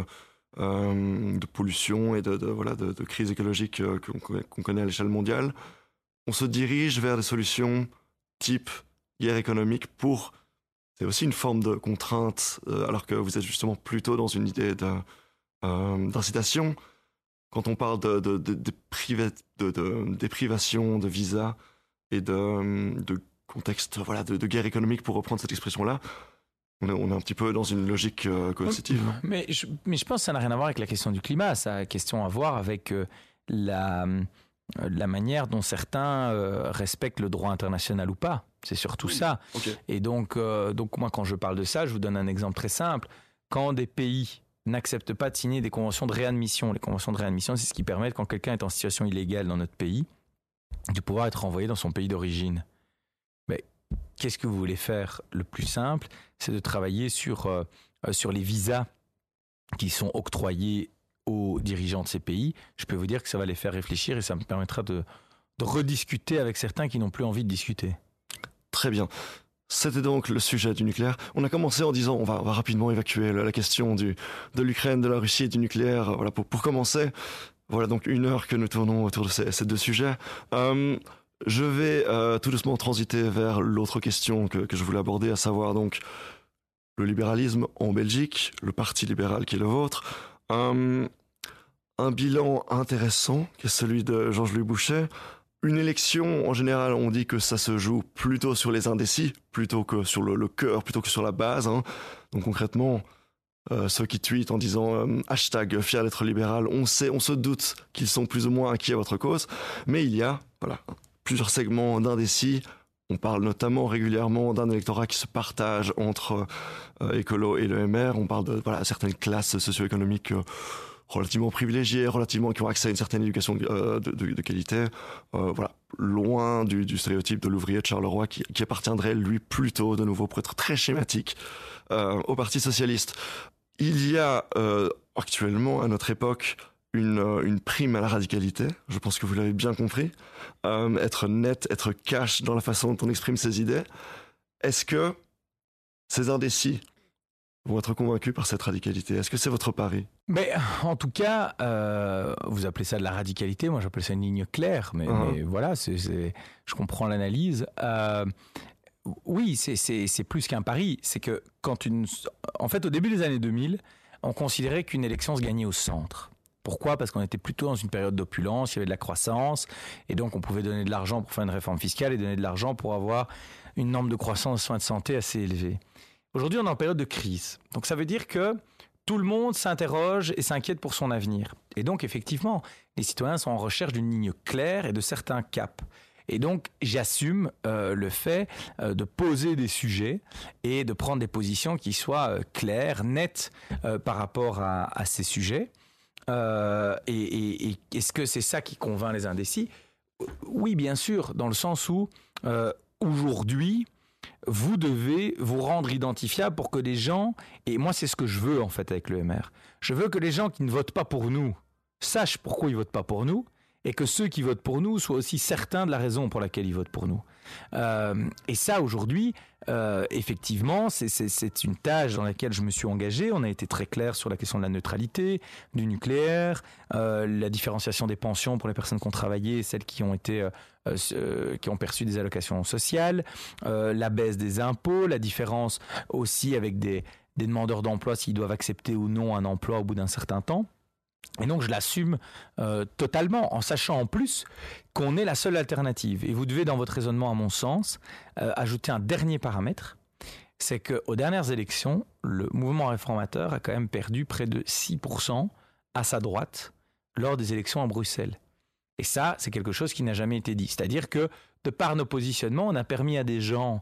euh, de pollution et de, de, voilà, de, de crise écologique qu'on, qu'on connaît à l'échelle mondiale, on se dirige vers des solutions type guerre économique pour... C'est aussi une forme de contrainte, euh, alors que vous êtes justement plutôt dans une idée de, euh, d'incitation. Quand on parle de, de, de, de, priva, de, de déprivation de visa et de, de contexte voilà, de, de guerre économique, pour reprendre cette expression-là, on est, on est un petit peu dans une logique euh, coercitive. Non mais, je, mais je pense que ça n'a rien à voir avec la question du climat, ça a question à voir avec euh, la, euh, la manière dont certains euh, respectent le droit international ou pas. C'est surtout oui. ça. Okay. Et donc, euh, donc, moi, quand je parle de ça, je vous donne un exemple très simple. Quand des pays n'acceptent pas de signer des conventions de réadmission, les conventions de réadmission, c'est ce qui permet, quand quelqu'un est en situation illégale dans notre pays, de pouvoir être renvoyé dans son pays d'origine. Mais qu'est-ce que vous voulez faire? Le plus simple, c'est de travailler sur, euh, sur les visas qui sont octroyés aux dirigeants de ces pays. Je peux vous dire que ça va les faire réfléchir et ça me permettra de, de rediscuter avec certains qui n'ont plus envie de discuter. Très bien. C'était donc le sujet du nucléaire. On a commencé en disant on va, on va rapidement évacuer la question du, de l'Ukraine, de la Russie et du nucléaire. Voilà, pour, pour commencer, voilà donc une heure que nous tournons autour de ces, ces deux sujets. Euh, je vais euh, tout doucement transiter vers l'autre question que, que je voulais aborder, à savoir donc le libéralisme en Belgique, le parti libéral qui est le vôtre. Euh, un bilan intéressant qui est celui de Georges-Louis Bouchet. Une élection, en général, on dit que ça se joue plutôt sur les indécis, plutôt que sur le, le cœur, plutôt que sur la base. Hein. Donc concrètement, euh, ceux qui tweetent en disant euh, hashtag fier d'être libéral, on sait, on se doute qu'ils sont plus ou moins acquis à votre cause. Mais il y a voilà, plusieurs segments d'indécis. On parle notamment régulièrement d'un électorat qui se partage entre euh, écolo et le M R. On parle de voilà, certaines classes socio-économiques euh, relativement privilégiés, relativement qui ont accès à une certaine éducation euh, de, de, de qualité, euh, voilà, loin du, du stéréotype de l'ouvrier de Charleroi qui, qui appartiendrait lui plutôt, de nouveau pour être très schématique, euh, au Parti socialiste. Il y a euh, actuellement à notre époque une, une prime à la radicalité, je pense que vous l'avez bien compris, euh, être net, être cash dans la façon dont on exprime ses idées. Est-ce que ces indécis vont être convaincus par cette radicalité? Est-ce que c'est votre pari? Mais en tout cas, euh, vous appelez ça de la radicalité, moi j'appelle ça une ligne claire, mais, uh-huh. mais voilà, c'est, c'est, je comprends l'analyse. Euh, oui, c'est, c'est, c'est plus qu'un pari, c'est que quand une... En fait, au début des années deux mille, on considérait qu'une élection se gagnait au centre. Pourquoi ? Parce qu'on était plutôt dans une période d'opulence, il y avait de la croissance, et donc on pouvait donner de l'argent pour faire une réforme fiscale et donner de l'argent pour avoir une norme de croissance de soins de santé assez élevée. Aujourd'hui, on est en période de crise. Donc, ça veut dire que tout le monde s'interroge et s'inquiète pour son avenir. Et donc, effectivement, les citoyens sont en recherche d'une ligne claire et de certains caps. Et donc, j'assume euh, le fait euh, de poser des sujets et de prendre des positions qui soient euh, claires, nettes euh, par rapport à, à ces sujets. Euh, et, et, et est-ce que c'est ça qui convainc les indécis ? Oui, bien sûr, dans le sens où, euh, aujourd'hui, vous devez vous rendre identifiable pour que les gens, et moi c'est ce que je veux en fait avec le M R, je veux que les gens qui ne votent pas pour nous sachent pourquoi ils ne votent pas pour nous, et que ceux qui votent pour nous soient aussi certains de la raison pour laquelle ils votent pour nous. Euh, et ça aujourd'hui, euh, effectivement, c'est, c'est, c'est une tâche dans laquelle je me suis engagé. On a été très clair sur la question de la neutralité, du nucléaire, euh, la différenciation des pensions pour les personnes qui ont travaillé, celles qui ont été euh, euh, qui ont perçu des allocations sociales, euh, la baisse des impôts, la différence aussi avec des, des demandeurs d'emploi s'ils doivent accepter ou non un emploi au bout d'un certain temps. Et donc je l'assume euh, totalement, en sachant en plus qu'on est la seule alternative. Et vous devez, dans votre raisonnement, à mon sens, euh, ajouter un dernier paramètre, c'est qu'aux dernières élections, le mouvement réformateur a quand même perdu près de six pour cent à sa droite lors des élections à Bruxelles. Et ça, c'est quelque chose qui n'a jamais été dit. C'est-à-dire que, de par nos positionnements, on a permis à des gens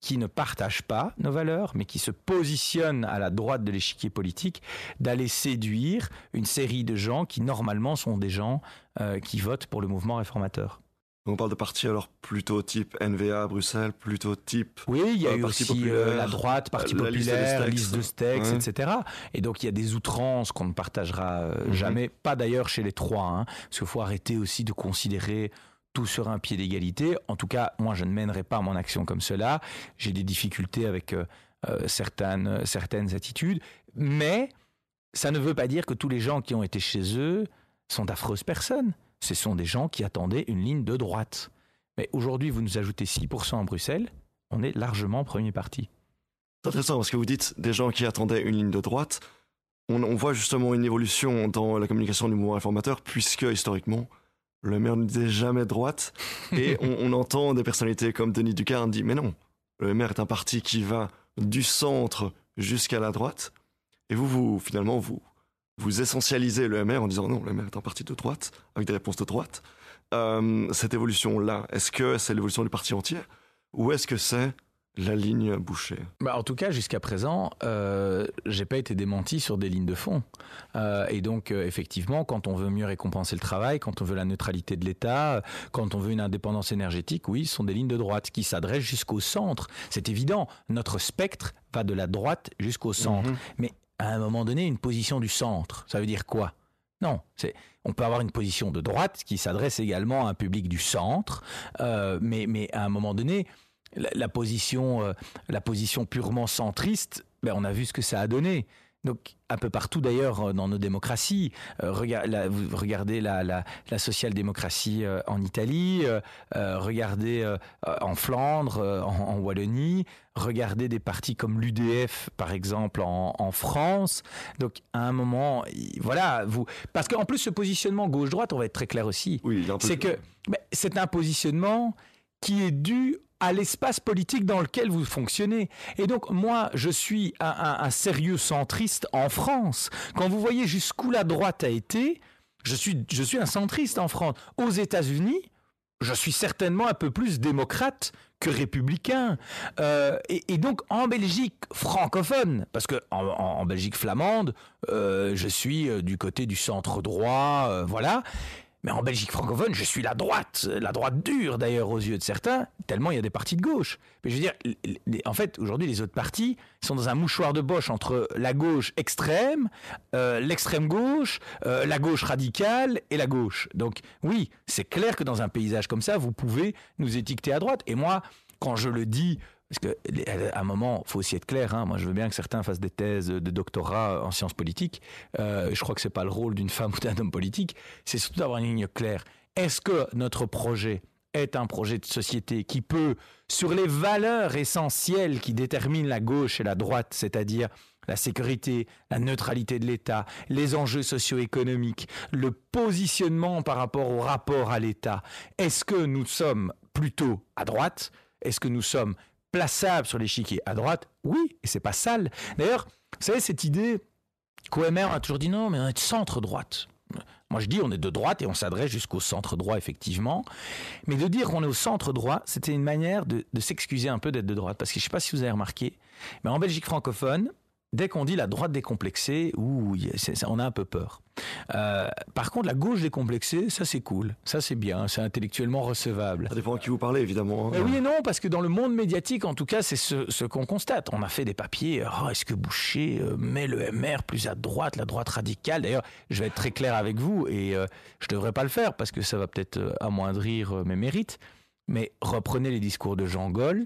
qui ne partagent pas nos valeurs, mais qui se positionnent à la droite de l'échiquier politique, d'aller séduire une série de gens qui, normalement, sont des gens euh, qui votent pour le mouvement réformateur. On parle de partis alors plutôt type N V A à Bruxelles, plutôt type... Oui, il y a euh, eu aussi euh, la droite, Parti la populaire, liste liste de Stex, ouais. et cetera. Et donc il y a des outrances qu'on ne partagera euh, mm-hmm. jamais, pas d'ailleurs chez les trois, hein, parce qu'il faut arrêter aussi de considérer tout sur un pied d'égalité. En tout cas, moi je ne mènerai pas mon action comme cela. J'ai des difficultés avec euh, euh, certaines, certaines attitudes, mais ça ne veut pas dire que tous les gens qui ont été chez eux sont d'affreuses personnes. Ce sont des gens qui attendaient une ligne de droite. Mais aujourd'hui, vous nous ajoutez six pour cent à Bruxelles, on est largement premier parti. C'est intéressant parce que vous dites des gens qui attendaient une ligne de droite. On, on voit justement une évolution dans la communication du mouvement réformateur, puisque historiquement, le maire ne disait jamais droite. Et on, on entend des personnalités comme Denis Ducarne dire mais non, le M R est un parti qui va du centre jusqu'à la droite. Et vous, vous finalement, vous... vous essentialisez le M R en disant non, le M R est un parti de droite, avec des réponses de droite. Euh, cette évolution-là, est-ce que c'est l'évolution du parti entier ou est-ce que c'est la ligne Boucher? Bah, en tout cas, jusqu'à présent, euh, j'ai pas été démenti sur des lignes de fond. Euh, et donc, euh, effectivement, quand on veut mieux récompenser le travail, quand on veut la neutralité de l'État, quand on veut une indépendance énergétique, oui, ce sont des lignes de droite qui s'adressent jusqu'au centre. C'est évident, notre spectre va de la droite jusqu'au centre. Mm-hmm. Mais à un moment donné, une position du centre, ça veut dire quoi? Non, c'est, on peut avoir une position de droite qui s'adresse également à un public du centre, euh, mais, mais à un moment donné, la, la, position, euh, la position purement centriste, ben on a vu ce que ça a donné. Donc, un peu partout d'ailleurs dans nos démocraties, euh, regard, la, vous regardez la, la, la social-démocratie euh, en Italie, euh, euh, regardez euh, en Flandre, euh, en, en Wallonie, regardez des partis comme l'U D F par exemple en, en France. Donc, à un moment, voilà, vous, parce qu'en plus ce positionnement gauche-droite, on va être très clair aussi, oui, un peu c'est que ben, c'est un positionnement qui est dû à l'espace politique dans lequel vous fonctionnez. Et donc, moi, je suis un, un, un sérieux centriste en France. Quand vous voyez jusqu'où la droite a été, je suis, je suis un centriste en France. Aux États-Unis, je suis certainement un peu plus démocrate que républicain. Euh, et, et donc, en Belgique francophone, parce que en, en, en Belgique flamande, euh, je suis du côté du centre droit, euh, voilà. Mais en Belgique francophone, je suis la droite, la droite dure d'ailleurs aux yeux de certains, tellement il y a des partis de gauche. Mais je veux dire, les, en fait, aujourd'hui, les autres partis sont dans un mouchoir de poche entre la gauche extrême, euh, l'extrême gauche, euh, la gauche radicale et la gauche. Donc oui, c'est clair que dans un paysage comme ça, vous pouvez nous étiqueter à droite. Et moi, quand je le dis... Parce qu'à un moment, il faut aussi être clair, hein, moi je veux bien que certains fassent des thèses de doctorat en sciences politiques, euh, je crois que ce n'est pas le rôle d'une femme ou d'un homme politique, c'est surtout d'avoir une ligne claire. Est-ce que notre projet est un projet de société qui peut, sur les valeurs essentielles qui déterminent la gauche et la droite, c'est-à-dire la sécurité, la neutralité de l'État, les enjeux socio-économiques, le positionnement par rapport au rapport à l'État, est-ce que nous sommes plutôt à droite? Est-ce que nous sommes plaçable sur l'échiquier à droite, oui, et c'est pas sale. D'ailleurs, vous savez, cette idée qu'O M R a toujours dit non, mais on est de centre-droite. Moi, je dis on est de droite et on s'adresse jusqu'au centre-droit, effectivement. Mais de dire qu'on est au centre-droit, c'était une manière de, de s'excuser un peu d'être de droite. Parce que je ne sais pas si vous avez remarqué, mais en Belgique francophone, dès qu'on dit la droite décomplexée, ouh, c'est, c'est, on a un peu peur. Euh, par contre, la gauche décomplexée, ça c'est cool, ça c'est bien, c'est intellectuellement recevable. Ça dépend à qui vous parlez, évidemment. Hein. Mais oui et non, parce que dans le monde médiatique, en tout cas, c'est ce, ce qu'on constate. On a fait des papiers, oh, est-ce que Boucher euh, met le M R plus à droite, la droite radicale? D'ailleurs, je vais être très clair avec vous, et euh, je ne devrais pas le faire, parce que ça va peut-être euh, amoindrir euh, mes mérites, mais reprenez les discours de Jean Gaulle.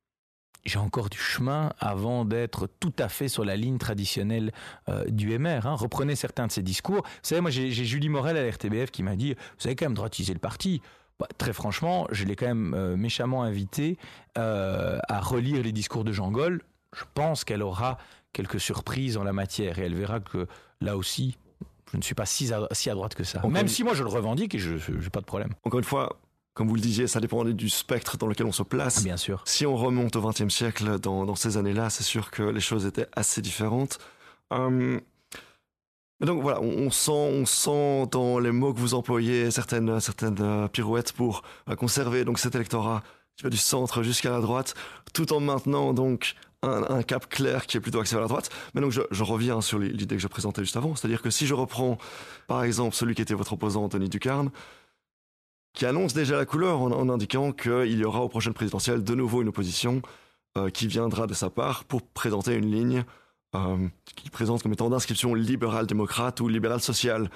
J'ai encore du chemin avant d'être tout à fait sur la ligne traditionnelle euh, du M R. Hein. Reprenez certains de ces discours. Vous savez, moi, j'ai, j'ai Julie Morel à la R T B F qui m'a dit « Vous avez quand même droitiser le parti ». Bah, très franchement, je l'ai quand même euh, méchamment invité euh, à relire les discours de Jean Gaulle. Je pense qu'elle aura quelques surprises en la matière et elle verra que là aussi, je ne suis pas si à, si à droite que ça. Encore même une... si moi je le revendique et je n'ai pas de problème. Encore une fois, comme vous le disiez, ça dépend du spectre dans lequel on se place. Bien sûr. Si on remonte au vingtième siècle, dans, dans ces années-là, c'est sûr que les choses étaient assez différentes. Hum, donc voilà, on, on, sent, on sent dans les mots que vous employez certaines, certaines pirouettes pour conserver donc cet électorat qui va du centre jusqu'à la droite, tout en maintenant donc un, un cap clair qui est plutôt axé vers la droite. Mais donc je, je reviens sur l'idée que je présentais juste avant, c'est-à-dire que si je reprends par exemple celui qui était votre opposant, Anthony Ducarne, qui annonce déjà la couleur en, en indiquant qu'il y aura aux prochaines présidentielles de nouveau une opposition euh, qui viendra de sa part pour présenter une ligne euh, qu'il présente comme étant d'inscription libérale-démocrate ou libérale-sociale.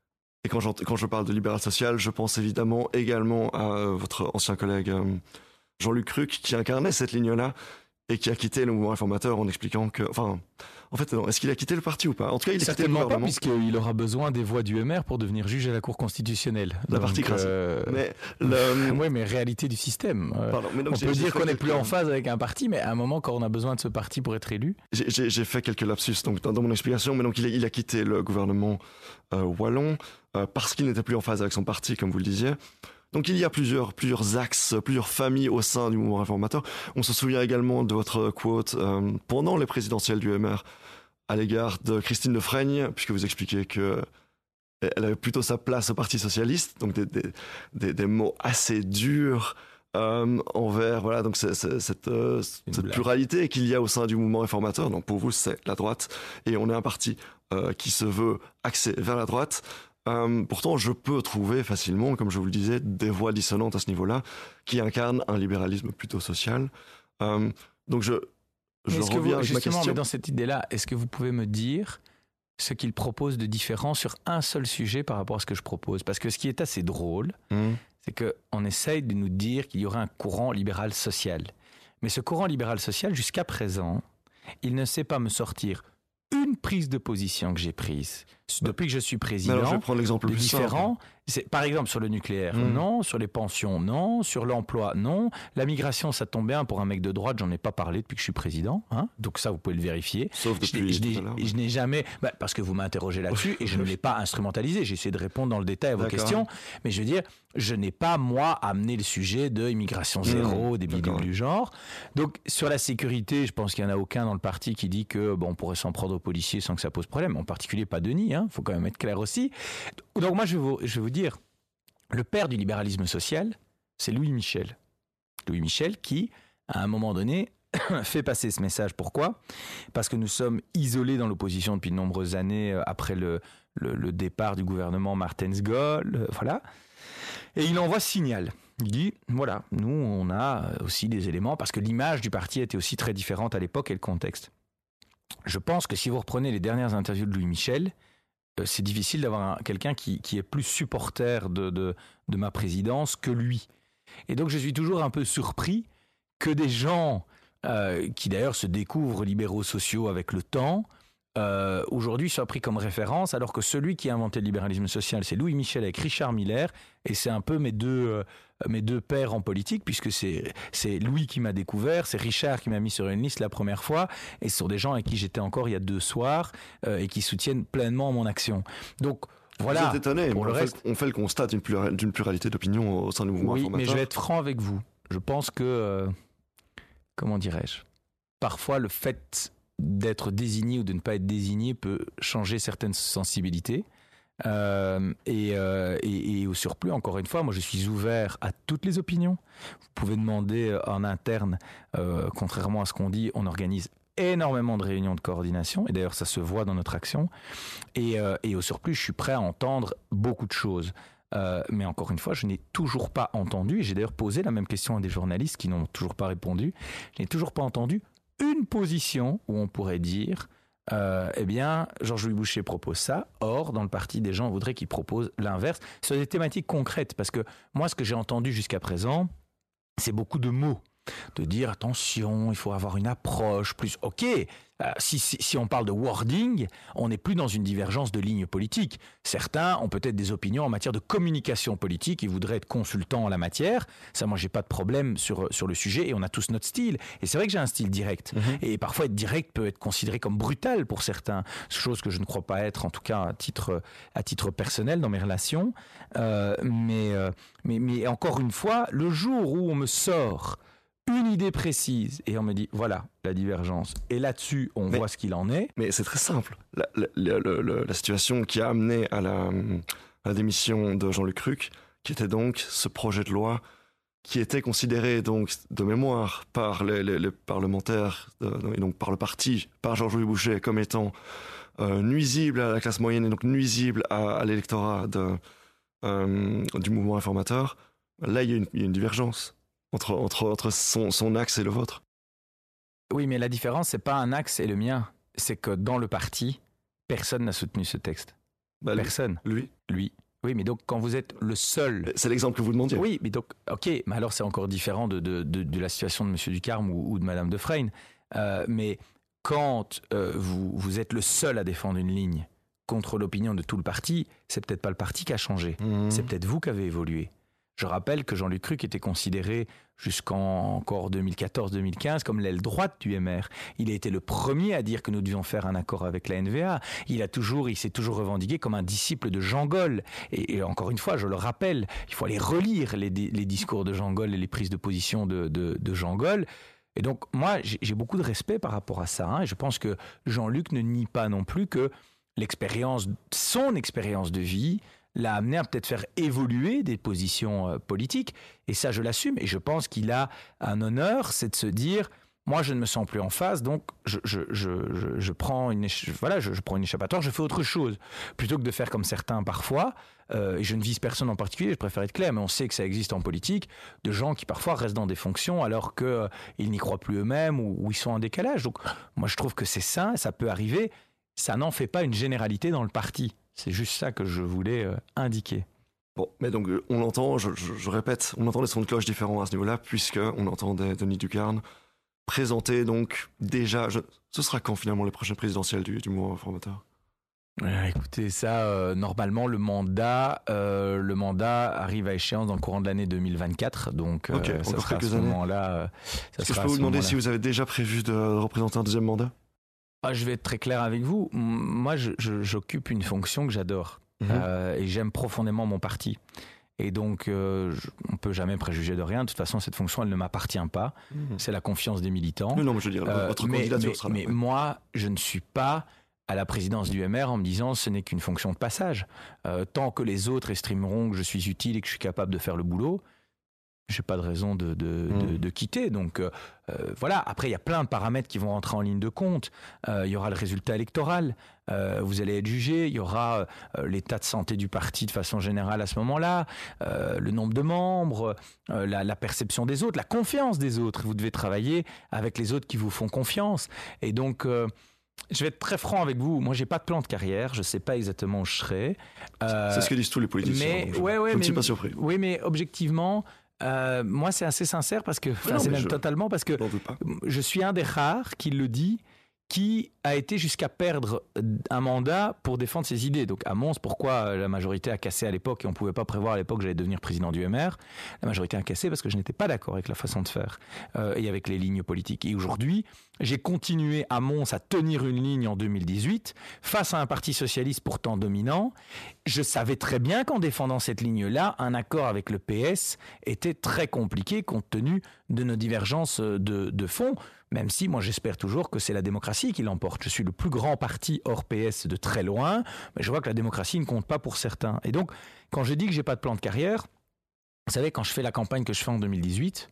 Et quand, quand je parle de libéral-social, je pense évidemment également à euh, votre ancien collègue euh, Jean-Luc Cruc, qui incarnait cette ligne-là et qui a quitté le mouvement réformateur en expliquant que... Enfin, en fait, non, est-ce qu'il a quitté le parti ou pas? En tout cas, il a quitté le gouvernement. Certainement pas, puisqu'il aura besoin des voix du M R pour devenir juge à la Cour constitutionnelle. La partie crasse. Euh... Mais le... Oui, mais réalité du système. Pardon, mais donc on peut dire qu'on n'est plus quelques... en phase avec un parti, mais à un moment, quand on a besoin de ce parti pour être élu... J'ai, j'ai, j'ai fait quelques lapsus donc, dans, dans mon explication, mais donc il a, il a quitté le gouvernement euh, wallon euh, parce qu'il n'était plus en phase avec son parti, comme vous le disiez. Donc il y a plusieurs, plusieurs axes, plusieurs familles au sein du mouvement réformateur. On se souvient également de votre quote euh, pendant les présidentielles du M R à l'égard de Christine Lefraigne, puisque vous expliquez que elle avait plutôt sa place au Parti socialiste, donc des, des, des, des mots assez durs euh, envers voilà donc c'est, c'est, cette, euh, cette pluralité qu'il y a au sein du mouvement réformateur. Donc pour vous c'est la droite et on est un parti euh, qui se veut axé vers la droite. Euh, pourtant, je peux trouver facilement, comme je vous le disais, des voix dissonantes à ce niveau-là, qui incarnent un libéralisme plutôt social. Euh, donc, je, je reviens vous, avec ma question. Mais dans cette idée-là, est-ce que vous pouvez me dire ce qu'il propose de différent sur un seul sujet par rapport à ce que je propose? Parce que ce qui est assez drôle, mmh. c'est qu'on essaye de nous dire qu'il y aurait un courant libéral social. Mais ce courant libéral social, jusqu'à présent, il ne sait pas me sortir une prise de position que j'ai prise depuis que je suis président. Mais alors, je vais prendre l'exemple le plus différent. C'est, par exemple, sur le nucléaire, mmh. non. Sur les pensions, non. Sur l'emploi, non. La migration, ça tombe bien. Pour un mec de droite, j'en ai pas parlé depuis que je suis président. Hein. Donc ça, vous pouvez le vérifier. Sauf depuis je, je, n'ai, je n'ai jamais... Bah, parce que vous m'interrogez là-dessus et je ne l'ai pas instrumentalisé. J'ai essayé de répondre dans le détail à vos D'accord. questions. Mais je veux dire, je n'ai pas, moi, amené le sujet de immigration zéro, mmh. des bidules du genre. Donc, sur la sécurité, je pense qu'il n'y en a aucun dans le parti qui dit que bon, on pourrait s'en prendre aux policiers sans que ça pose problème. En particulier, pas Denis. Il hein. faut quand même être clair aussi. Donc moi, je vais vous, je vais vous dire, le père du libéralisme social, c'est Louis Michel. Louis Michel qui, à un moment donné, fait passer ce message. Pourquoi ? Parce que nous sommes isolés dans l'opposition depuis de nombreuses années après le, le, le départ du gouvernement Martens-Goll, euh, voilà. Et il envoie ce signal. Il dit, voilà, nous, on a aussi des éléments, parce que l'image du parti était aussi très différente à l'époque et le contexte. Je pense que si vous reprenez les dernières interviews de Louis Michel, c'est difficile d'avoir un, quelqu'un qui, qui est plus supporter de, de, de ma présidence que lui. Et donc, je suis toujours un peu surpris que des gens euh, qui, d'ailleurs, se découvrent libéraux sociaux avec le temps, euh, aujourd'hui soient pris comme référence, alors que celui qui a inventé le libéralisme social, c'est Louis Michel avec Richard Miller, et c'est un peu mes deux... Euh, mes deux pères en politique, puisque c'est, c'est Louis qui m'a découvert, c'est Richard qui m'a mis sur une liste la première fois, et ce sont des gens avec qui j'étais encore il y a deux soirs, euh, et qui soutiennent pleinement mon action. Donc, voilà. Vous êtes étonné, pour on, le fait, reste... on fait le constat d'une, plura, d'une pluralité d'opinions au sein du mouvement oui, réformateur. Mais je vais être franc avec vous. Je pense que, euh, comment dirais-je, parfois le fait d'être désigné ou de ne pas être désigné peut changer certaines sensibilités. Euh, et, euh, et, et au surplus, encore une fois, moi je suis ouvert à toutes les opinions. Vous pouvez demander en interne, euh, contrairement à ce qu'on dit, on organise énormément de réunions de coordination, et d'ailleurs ça se voit dans notre action, et, euh, et au surplus je suis prêt à entendre beaucoup de choses. Euh, mais encore une fois, je n'ai toujours pas entendu, et j'ai d'ailleurs posé la même question à des journalistes qui n'ont toujours pas répondu, je n'ai toujours pas entendu une position où on pourrait dire Euh, eh bien, Georges-Louis Boucher propose ça. Or, dans le parti, des gens voudraient qu'il propose l'inverse sur des thématiques concrètes. Parce que moi, ce que j'ai entendu jusqu'à présent, c'est beaucoup de mots. De dire, attention, il faut avoir une approche plus... Ok, euh, si, si, si on parle de wording, on n'est plus dans une divergence de lignes politiques. Certains ont peut-être des opinions en matière de communication politique et voudraient être consultants en la matière. Ça, moi, j'ai pas de problème sur, sur le sujet et on a tous notre style. Et c'est vrai que j'ai un style direct. Mmh. Et parfois, être direct peut être considéré comme brutal pour certains. Chose que je ne crois pas être, en tout cas, à titre, à titre personnel dans mes relations. Euh, mais, euh, mais, mais encore une fois, le jour où on me sort une idée précise et on me dit voilà la divergence et là-dessus on mais, voit ce qu'il en est. Mais c'est très simple. La, la, la, la, la situation qui a amené à la, à la démission de Jean-Luc Cruc, qui était donc ce projet de loi qui était considéré donc de mémoire par les, les, les parlementaires de, et donc par le parti, par Georges-Louis Bouchet comme étant euh, nuisible à la classe moyenne et donc nuisible à, à l'électorat de, euh, du mouvement réformateur, là il y a une, il y a une divergence entre, entre, entre son, son axe et le vôtre. Oui, mais la différence, c'est pas un axe et le mien. C'est que dans le parti, personne n'a soutenu ce texte. Bah, personne. Lui Lui. Oui, mais donc quand vous êtes le seul... C'est l'exemple que vous demandiez. Oui, mais donc, ok, mais alors c'est encore différent de, de, de, de la situation de M. Ducarme ou, ou de Mme Defreyne. Euh, mais quand euh, vous, vous êtes le seul à défendre une ligne contre l'opinion de tout le parti, c'est peut-être pas le parti qui a changé. Mmh. C'est peut-être vous qui avez évolué. Je rappelle que Jean-Luc Cruc était considéré jusqu'en encore deux mille quatorze deux mille quinze comme l'aile droite du M R. Il a été le premier à dire que nous devions faire un accord avec la N V A. Il a toujours, il s'est toujours revendiqué comme un disciple de Jean Gol. Et, et encore une fois, je le rappelle, il faut aller relire les, les discours de Jean Gol et les prises de position de, de, de Jean Gol. Et donc, moi, j'ai, j'ai beaucoup de respect par rapport à ça. Hein, et je pense que Jean-Luc ne nie pas non plus que l'expérience, son expérience de vie l'a amené à peut-être faire évoluer des positions euh, politiques. Et ça, je l'assume. Et je pense qu'il a un honneur, c'est de se dire, moi, je ne me sens plus en phase, donc je, je, je, je, je, prends, une, voilà, je, je prends une échappatoire, je fais autre chose. Plutôt que de faire comme certains parfois, euh, et je ne vise personne en particulier, je préfère être clair, mais on sait que ça existe en politique, de gens qui parfois restent dans des fonctions alors qu'ils euh, n'y croient plus eux-mêmes ou, ou ils sont en décalage. Donc, moi, je trouve que c'est sain, ça peut arriver. Ça n'en fait pas une généralité dans le parti. C'est juste ça que je voulais euh, indiquer. Bon, mais donc on entend, je, je, je répète, on entend des sons de cloche différents à ce niveau-là, puisqu'on entendait Denis Ducarne présenter donc déjà, je, ce sera quand finalement les prochaines présidentielles du, du mouvement réformateur ? Euh, écoutez, ça, euh, normalement, le mandat, euh, le mandat arrive à échéance dans le courant de l'année deux mille vingt-quatre, donc euh, okay, ça sera à ce moment-là. Euh, ça Est-ce que je peux vous demander si vous avez déjà prévu de représenter un deuxième mandat ? Ah, je vais être très clair avec vous. Moi, je, je, j'occupe une fonction que j'adore mmh. euh, et j'aime profondément mon parti. Et donc, euh, je, on ne peut jamais préjuger de rien. De toute façon, cette fonction, elle ne m'appartient pas. Mmh. C'est la confiance des militants. Mais non, mais je veux dire, euh, votre mais, candidature mais, sera là. Mais moi, je ne suis pas à la présidence du M R en me disant ce n'est qu'une fonction de passage. Euh, tant que les autres estimeront que je suis utile et que je suis capable de faire le boulot, j'ai pas de raison de, de, mmh. de, de quitter. Donc euh, voilà. Après, il y a plein de paramètres qui vont rentrer en ligne de compte. Euh, il y aura le résultat électoral. Euh, vous allez être jugé. Il y aura euh, l'état de santé du parti de façon générale à ce moment-là, euh, le nombre de membres, euh, la, la perception des autres, la confiance des autres. Vous devez travailler avec les autres qui vous font confiance. Et donc, euh, je vais être très franc avec vous. Moi, j'ai pas de plan de carrière. Je sais pas exactement où je serai. Euh, C'est ce que disent tous les politiciens. Mais, je, ouais, ouais, je mais, ne suis pas surpris. Oui, mais objectivement. Euh, moi, c'est assez sincère parce que, enfin, non, c'est même je, totalement parce que je suis un des rares qui le dit, qui a été jusqu'à perdre un mandat pour défendre ses idées. Donc à Mons, pourquoi la majorité a cassé à l'époque et on ne pouvait pas prévoir à l'époque que j'allais devenir président du M R. La majorité a cassé parce que je n'étais pas d'accord avec la façon de faire euh, et avec les lignes politiques. Et aujourd'hui, j'ai continué à Mons à tenir une ligne en deux mille dix-huit face à un parti socialiste pourtant dominant. Je savais très bien qu'en défendant cette ligne-là, un accord avec le P S était très compliqué compte tenu de nos divergences de, de fond. Même si, moi, j'espère toujours que c'est la démocratie qui l'emporte. Je suis le plus grand parti hors P S de très loin, mais je vois que la démocratie ne compte pas pour certains. Et donc, quand je dis que j'ai pas de plan de carrière, vous savez, quand je fais la campagne que je fais en deux mille dix-huit,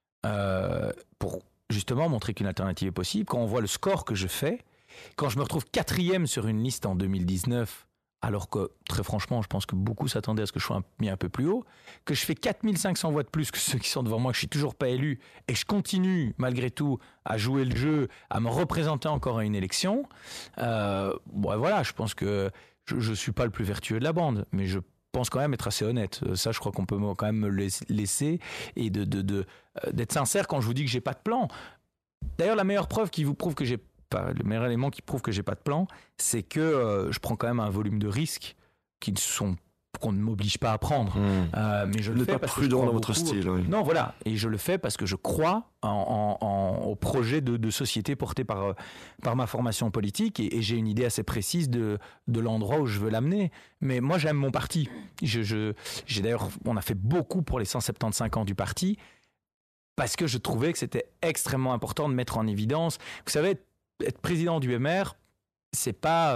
euh, pour justement montrer qu'une alternative est possible, quand on voit le score que je fais, quand je me retrouve quatrième sur une liste en deux mille dix-neuf, alors que, très franchement, je pense que beaucoup s'attendaient à ce que je sois mis un peu plus haut, que je fais quatre mille cinq cents voix de plus que ceux qui sont devant moi, que je suis toujours pas élu, et je continue, malgré tout, à jouer le jeu, à me représenter encore à une élection, euh, bon, voilà, je pense que je, je suis pas le plus vertueux de la bande, mais je pense quand même être assez honnête. Ça, je crois qu'on peut quand même me laisser, et de, de, de, d'être sincère quand je vous dis que j'ai pas de plan. D'ailleurs, la meilleure preuve qui vous prouve que j'ai le meilleur élément qui prouve que j'ai pas de plan, c'est que euh, je prends quand même un volume de risques qui ne sont qu'on ne m'oblige pas à prendre. Mmh. Euh, mais je Vous le fais pas parce prudent que je dans votre beaucoup... style. Oui. Non, voilà, et je le fais parce que je crois en, en, en, au projet de, de société porté par par ma formation politique et, et j'ai une idée assez précise de de l'endroit où je veux l'amener. Mais moi, j'aime mon parti. Je, je j'ai d'ailleurs, on a fait beaucoup pour les cent soixante-quinze ans du parti parce que je trouvais que c'était extrêmement important de mettre en évidence. Vous savez. Être président du M R, c'est pas euh,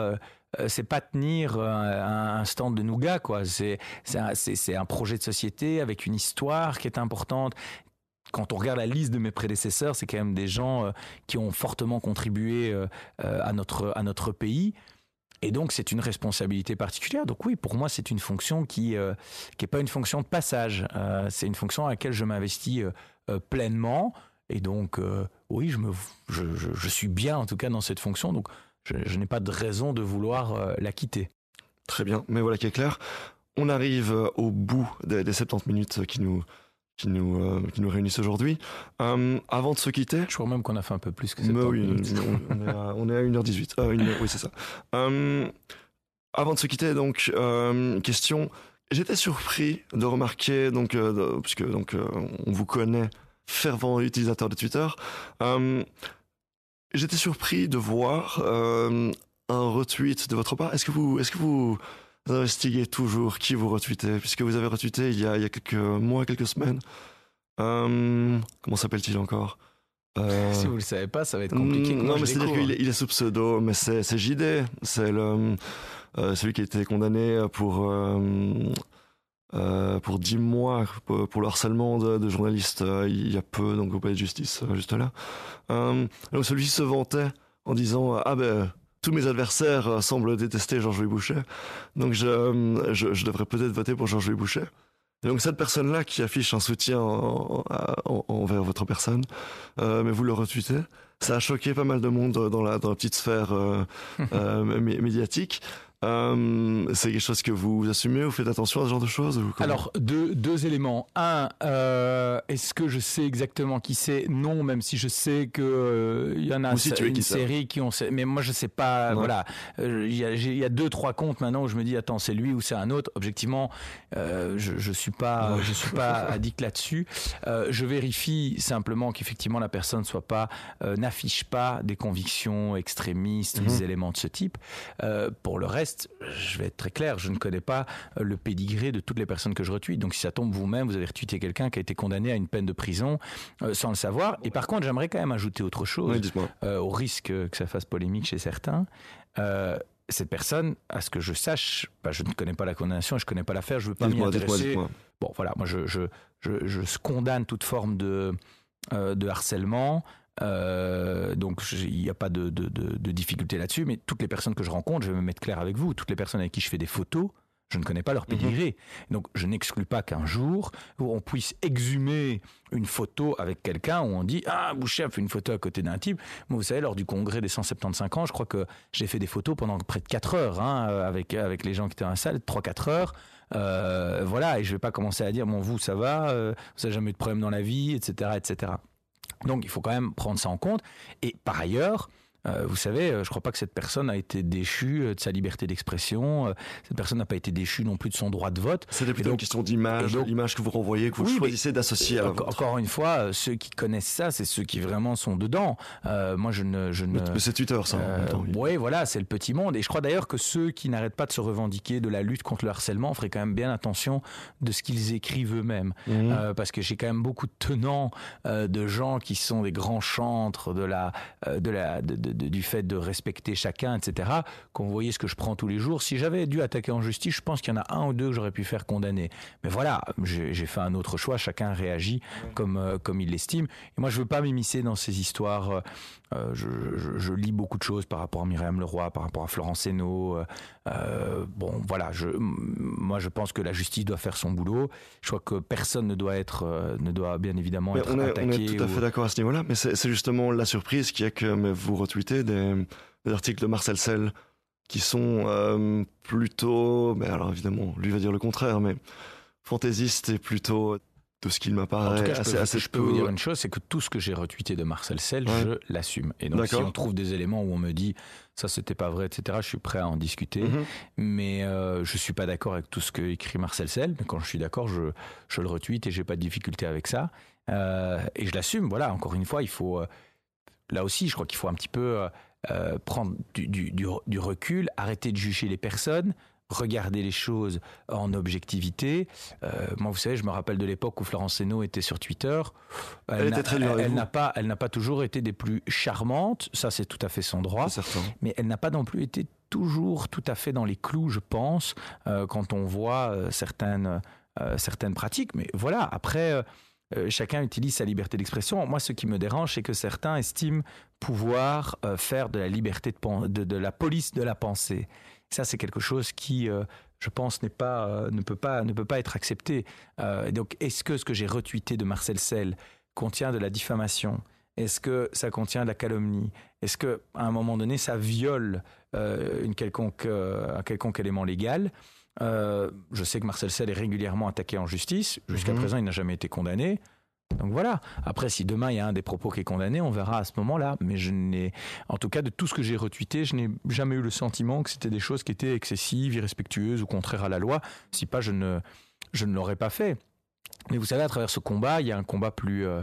euh, c'est pas tenir un, un stand de nougat, quoi. C'est, c'est, un, c'est, c'est un projet de société avec une histoire qui est importante. Quand on regarde la liste de mes prédécesseurs, c'est quand même des gens euh, qui ont fortement contribué euh, euh, à notre à notre pays. Et donc, c'est une responsabilité particulière. Donc oui, pour moi, c'est une fonction qui euh, qui est pas une fonction de passage. Euh, c'est une fonction à laquelle je m'investis euh, euh, pleinement. Et donc, euh, oui, je me je, je, je suis bien en tout cas dans cette fonction. Donc, je, je n'ai pas de raison de vouloir euh, la quitter. Très bien. Mais voilà qui est clair. On arrive au bout des, des soixante-dix minutes qui nous qui nous, euh, qui nous réunissent aujourd'hui. Euh, avant de se quitter... Je crois même qu'on a fait un peu plus que soixante oui, minutes. On, on, est à, on est à une heure dix-huit. Euh, une, oui, c'est ça. Euh, avant de se quitter, donc, euh, question... J'étais surpris de remarquer, donc, euh, de, puisque donc, euh, on vous connaît, fervent utilisateur de Twitter, euh, j'étais surpris de voir euh, un retweet de votre part. Est-ce que vous... Est-ce que vous Vous investiguez toujours qui vous retweetez, puisque vous avez retweeté il y a, il y a quelques mois, quelques semaines. Euh, comment s'appelle-t-il encore euh, Si vous le savez pas, ça va être compliqué. Non, mais c'est-à-dire qu'il est, il est sous pseudo, mais c'est, c'est J D. C'est le, euh, celui qui a été condamné pour, euh, euh, pour dix mois pour, pour le harcèlement de, de journalistes euh, il y a peu, donc au palais de justice, euh, juste là. Euh, donc celui-ci se vantait en disant « Ah ben... » Tous mes adversaires semblent détester Georges-Louis Bouchet, donc je, je, je devrais peut-être voter pour Georges-Louis Bouchet. Et donc cette personne-là qui affiche un soutien en, en, envers votre personne, euh, mais vous le retweetez, ça a choqué pas mal de monde dans la, dans la petite sphère euh, euh, médiatique. Euh, c'est quelque chose que vous assumez, vous faites attention à ce genre de choses ou Alors, deux, deux éléments. Un, euh, est-ce que je sais exactement qui c'est ? Non, même si je sais qu'il euh, y en a si une qui série qui ont... Mais moi, je sais pas, ouais. Voilà. Il euh, y, y a deux, trois comptes maintenant où je me dis, attends, c'est lui ou c'est un autre. Objectivement, euh, je, je suis pas, ouais. je suis pas addict là-dessus. Euh, je vérifie simplement qu'effectivement, la personne soit pas, euh, n'affiche pas des convictions extrémistes, mm-hmm. ou des éléments de ce type. Euh, pour le reste, je vais être très clair, je ne connais pas le pédigré de toutes les personnes que je retweete. Donc si ça tombe vous-même, vous avez retweeté quelqu'un qui a été condamné à une peine de prison euh, sans le savoir. Et par contre, j'aimerais quand même ajouter autre chose, oui, euh, au risque que ça fasse polémique chez certains. Euh, cette personne, à ce que je sache, bah, je ne connais pas la condamnation et je ne connais pas l'affaire, je ne veux pas dites-moi, m'y intéresser. Dites-moi, dites-moi. Bon, voilà, moi je, je, je, je condamne toute forme de, euh, de harcèlement. Euh, donc il n'y a pas de, de, de, de difficulté là-dessus, mais toutes les personnes que je rencontre, je vais me mettre clair avec vous, toutes les personnes avec qui je fais des photos, je ne connais pas leur pédigré. Mmh. Donc je n'exclus pas qu'un jour on puisse exhumer une photo avec quelqu'un où on dit ah Bouchet a fait une photo à côté d'un type. Moi, vous savez, lors du congrès des cent soixante-quinze ans, je crois que j'ai fait des photos pendant près de quatre heures hein, avec avec les gens qui étaient dans la salle, trois quatre heures. Euh, voilà, et je vais pas commencer à dire bon vous ça va, euh, vous n'avez jamais eu de problème dans la vie, et cetera, et cetera. Donc il faut quand même prendre ça en compte. Et par ailleurs, euh, vous savez, je ne crois pas que cette personne a été déchue de sa liberté d'expression. Cette personne n'a pas été déchue non plus de son droit de vote. C'était plutôt donc, une question d'image, donc, l'image que vous renvoyez, que vous oui, choisissez d'associer à la vôtre. Encore une fois, ceux qui connaissent ça, c'est ceux qui vraiment sont dedans. Euh, moi, je ne... Je ne mais c'est Twitter, ça. Euh, oui, ouais, voilà, c'est le petit monde. Et je crois d'ailleurs que ceux qui n'arrêtent pas de se revendiquer de la lutte contre le harcèlement feraient quand même bien attention de ce qu'ils écrivent eux-mêmes. Mmh. Euh, parce que j'ai quand même beaucoup de tenants euh, de gens qui sont des grands chantres de la, euh, de la, de, de, de, du fait de respecter chacun, et cetera. Quand vous voyez ce que je prends tous les jours, si j'avais dû attaquer en justice, je pense qu'il y en a un ou deux que j'aurais pu faire condamner. Mais voilà, j'ai, j'ai fait un autre choix, chacun réagit comme, euh, comme il l'estime. Et moi, je veux pas m'immiscer dans ces histoires. Euh, je, je, je lis beaucoup de choses par rapport à Myriam Leroy, par rapport à Florence Hénault. Euh, bon, voilà, je, moi, je pense que la justice doit faire son boulot. Je crois que personne ne doit être, euh, ne doit bien évidemment mais être on est, attaqué. On est tout à fait ou... d'accord à ce niveau-là, mais c'est, c'est justement la surprise qui est que mais vous retweetez des, des articles de Marcel Sell qui sont euh, plutôt, mais alors évidemment, lui va dire le contraire, mais fantaisiste et plutôt de ce qu'il m'apparaît. En tout cas, je assez, peux, assez je peux vous dire une chose, c'est que tout ce que j'ai retweeté de Marcel Sell, ouais. je l'assume. Et donc, D'accord. si on trouve des éléments où on me dit ça, c'était pas vrai, et cetera, je suis prêt à en discuter. Mm-hmm. Mais euh, je suis pas d'accord avec tout ce que écrit Marcel Sell. Mais quand je suis d'accord, je, je le retweete et j'ai pas de difficulté avec ça. Euh, et je l'assume. Voilà, encore une fois, il faut. Euh, là aussi, je crois qu'il faut un petit peu euh, prendre du, du, du, du recul, arrêter de juger les personnes. regarder les choses en objectivité. Euh, moi, vous savez, je me rappelle de l'époque où Florence Sénaud était sur Twitter. Elle, elle était très dure elle, avec elle vous. n'a pas, elle n'a pas toujours été des plus charmantes. Ça, c'est tout à fait son droit. C'est certain. Mais elle n'a pas non plus été toujours tout à fait dans les clous, je pense, euh, quand on voit euh, certaines, euh, certaines pratiques. Mais voilà, après, euh, euh, chacun utilise sa liberté d'expression. Moi, ce qui me dérange, c'est que certains estiment pouvoir euh, faire de la liberté de, pen- de, de la police de la pensée. Ça, c'est quelque chose qui, euh, je pense, n'est pas, euh, ne peut pas, ne peut pas être accepté. Euh, donc, est-ce que ce que j'ai retweeté de Marcel Sell contient de la diffamation ? Est-ce que ça contient de la calomnie ? Est-ce que, à un moment donné, ça viole euh, une quelconque, euh, un quelconque élément légal ? euh, Je sais que Marcel Sell est régulièrement attaqué en justice. Jusqu'à mmh. présent, il n'a jamais été condamné. Donc voilà. Après, si demain il y a un des propos qui est condamné, on verra à ce moment-là. Mais je n'ai, en tout cas, de tout ce que j'ai retweeté, je n'ai jamais eu le sentiment que c'était des choses qui étaient excessives, irrespectueuses ou contraires à la loi. Si pas, je ne, je ne l'aurais pas fait. Mais vous savez, à travers ce combat, il y a un combat plus, euh,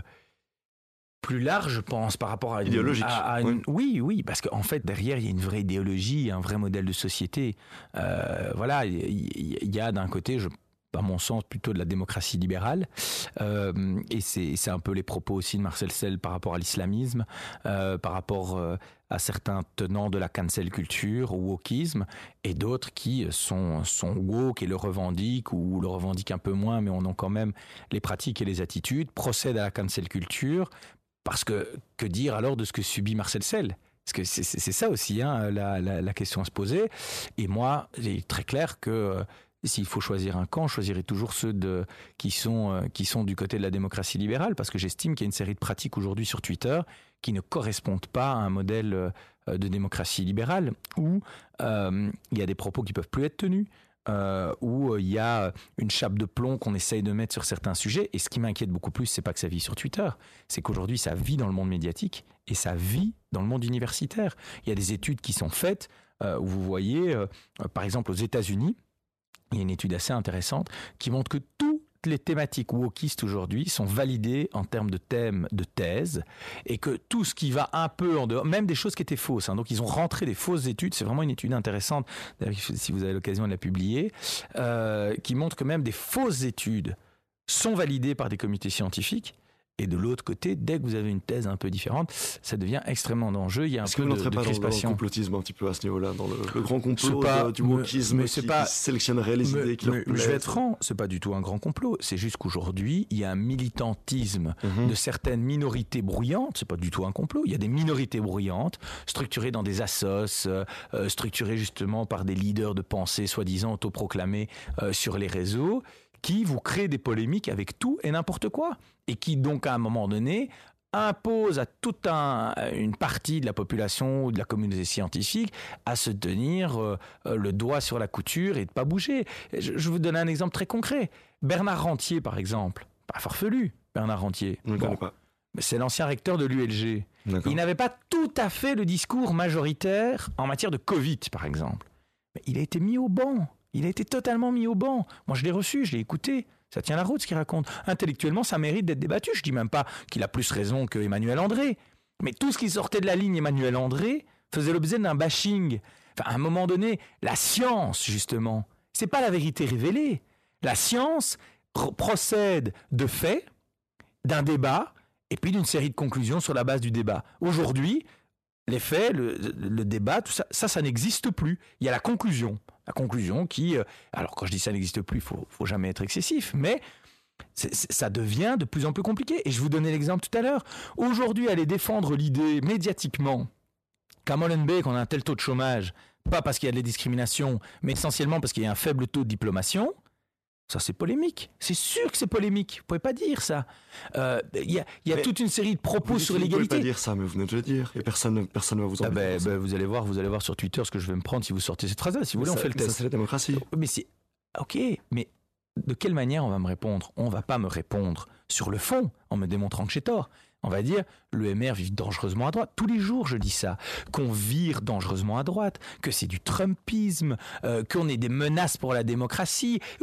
plus large, je pense, par rapport à une, idéologique. À, à une, oui. oui, oui, parce qu'en fait, derrière, il y a une vraie idéologie, un vrai modèle de société. Euh, voilà, il y, il y a d'un côté, je à mon sens, plutôt de la démocratie libérale. Euh, et c'est, c'est un peu les propos aussi de Marcel Sell par rapport à l'islamisme, euh, par rapport euh, à certains tenants de la cancel culture ou wokisme, et d'autres qui sont, sont woke et le revendiquent, ou le revendiquent un peu moins, mais on a quand même les pratiques et les attitudes, procèdent à la cancel culture, parce que, que dire alors de ce que subit Marcel Sell ? Parce que c'est, c'est, c'est ça aussi, hein, la, la, la question à se poser. Et moi, il est très clair que s'il faut choisir un camp, je choisirai toujours ceux de, qui, sont, euh, qui sont du côté de la démocratie libérale, parce que j'estime qu'il y a une série de pratiques aujourd'hui sur Twitter qui ne correspondent pas à un modèle euh, de démocratie libérale, où euh, il y a des propos qui ne peuvent plus être tenus, euh, où il y a une chape de plomb qu'on essaye de mettre sur certains sujets. Et ce qui m'inquiète beaucoup plus, c'est pas que ça vit sur Twitter, c'est qu'aujourd'hui, ça vit dans le monde médiatique et ça vit dans le monde universitaire. Il y a des études qui sont faites euh, où vous voyez, euh, par exemple aux États-Unis, il y a une étude assez intéressante qui montre que toutes les thématiques wokistes aujourd'hui sont validées en termes de thèmes de thèse et que tout ce qui va un peu en dehors, même des choses qui étaient fausses, hein, donc ils ont rentré des fausses études, c'est vraiment une étude intéressante, si vous avez l'occasion de la publier, euh, qui montre que même des fausses études sont validées par des comités scientifiques. Et de l'autre côté, dès que vous avez une thèse un peu différente, ça devient extrêmement dangereux. Il y a un Est-ce peu que vous de, n'entrez de pas crispation. Dans le complotisme un petit peu à ce niveau-là, dans le, le grand complot pas, de, du wokisme mais c'est qui, pas, qui sélectionnerait les mais, idées qui mais, leur plaisent. Je vais être franc, c'est pas du tout un grand complot. C'est juste qu'aujourd'hui, il y a un militantisme mm-hmm. de certaines minorités bruyantes. C'est pas du tout un complot. Il y a des minorités bruyantes, structurées dans des assos, euh, structurées justement par des leaders de pensée soi-disant autoproclamés euh, sur les réseaux, qui vous créent des polémiques avec tout et n'importe quoi. Et qui donc à un moment donné impose à toute un, une partie de la population ou de la communauté scientifique à se tenir euh, le doigt sur la couture et de ne pas bouger. Je, je vous donne un exemple très concret. Bernard Rentier, par exemple, pas farfelu, Bernard Rentier. Je ne bon, connais pas. C'est l'ancien recteur de l'U L G. D'accord. Il n'avait pas tout à fait le discours majoritaire en matière de Covid, par exemple. Mais il a été mis au banc. Il a été totalement mis au banc. Moi, je l'ai reçu, je l'ai écouté. Ça tient la route, ce qu'il raconte. Intellectuellement, ça mérite d'être débattu. Je ne dis même pas qu'il a plus raison que Emmanuel André. Mais tout ce qui sortait de la ligne Emmanuel André faisait l'objet d'un bashing. Enfin, à un moment donné, la science, justement, c'est pas la vérité révélée. La science r- procède de faits, d'un débat, et puis d'une série de conclusions sur la base du débat. Aujourd'hui, les faits, le, le débat, tout ça, ça, ça n'existe plus. Il y a la conclusion. La conclusion qui, euh, alors quand je dis ça n'existe plus, il faut, faut jamais être excessif, mais c'est, c'est, ça devient de plus en plus compliqué. Et je vous donnais l'exemple tout à l'heure. Aujourd'hui, aller défendre l'idée médiatiquement qu'à Molenbeek, on a un tel taux de chômage, pas parce qu'il y a de la discrimination, mais essentiellement parce qu'il y a un faible taux de diplomation, ça c'est polémique. C'est sûr que c'est polémique. Vous pouvez pas dire ça. Il euh, y a, y a toute une série de propos sur l'égalité. Vous pouvez pas dire ça, mais vous venez de le dire. Et personne, personne ne va vous en ah ben, ben, vous allez voir, vous allez voir sur Twitter ce que je vais me prendre si vous sortez cette phrase-là. Si vous voulez, ça, on fait le test. Ça c'est la démocratie. Mais c'est ok. Mais de quelle manière on va me répondre ? On va pas me répondre sur le fond en me démontrant que j'ai tort. On va dire, l'E M R vit dangereusement à droite. Tous les jours, je dis ça. Qu'on vire dangereusement à droite, que c'est du Trumpisme, euh, qu'on ait des menaces pour la démocratie. Oui, mais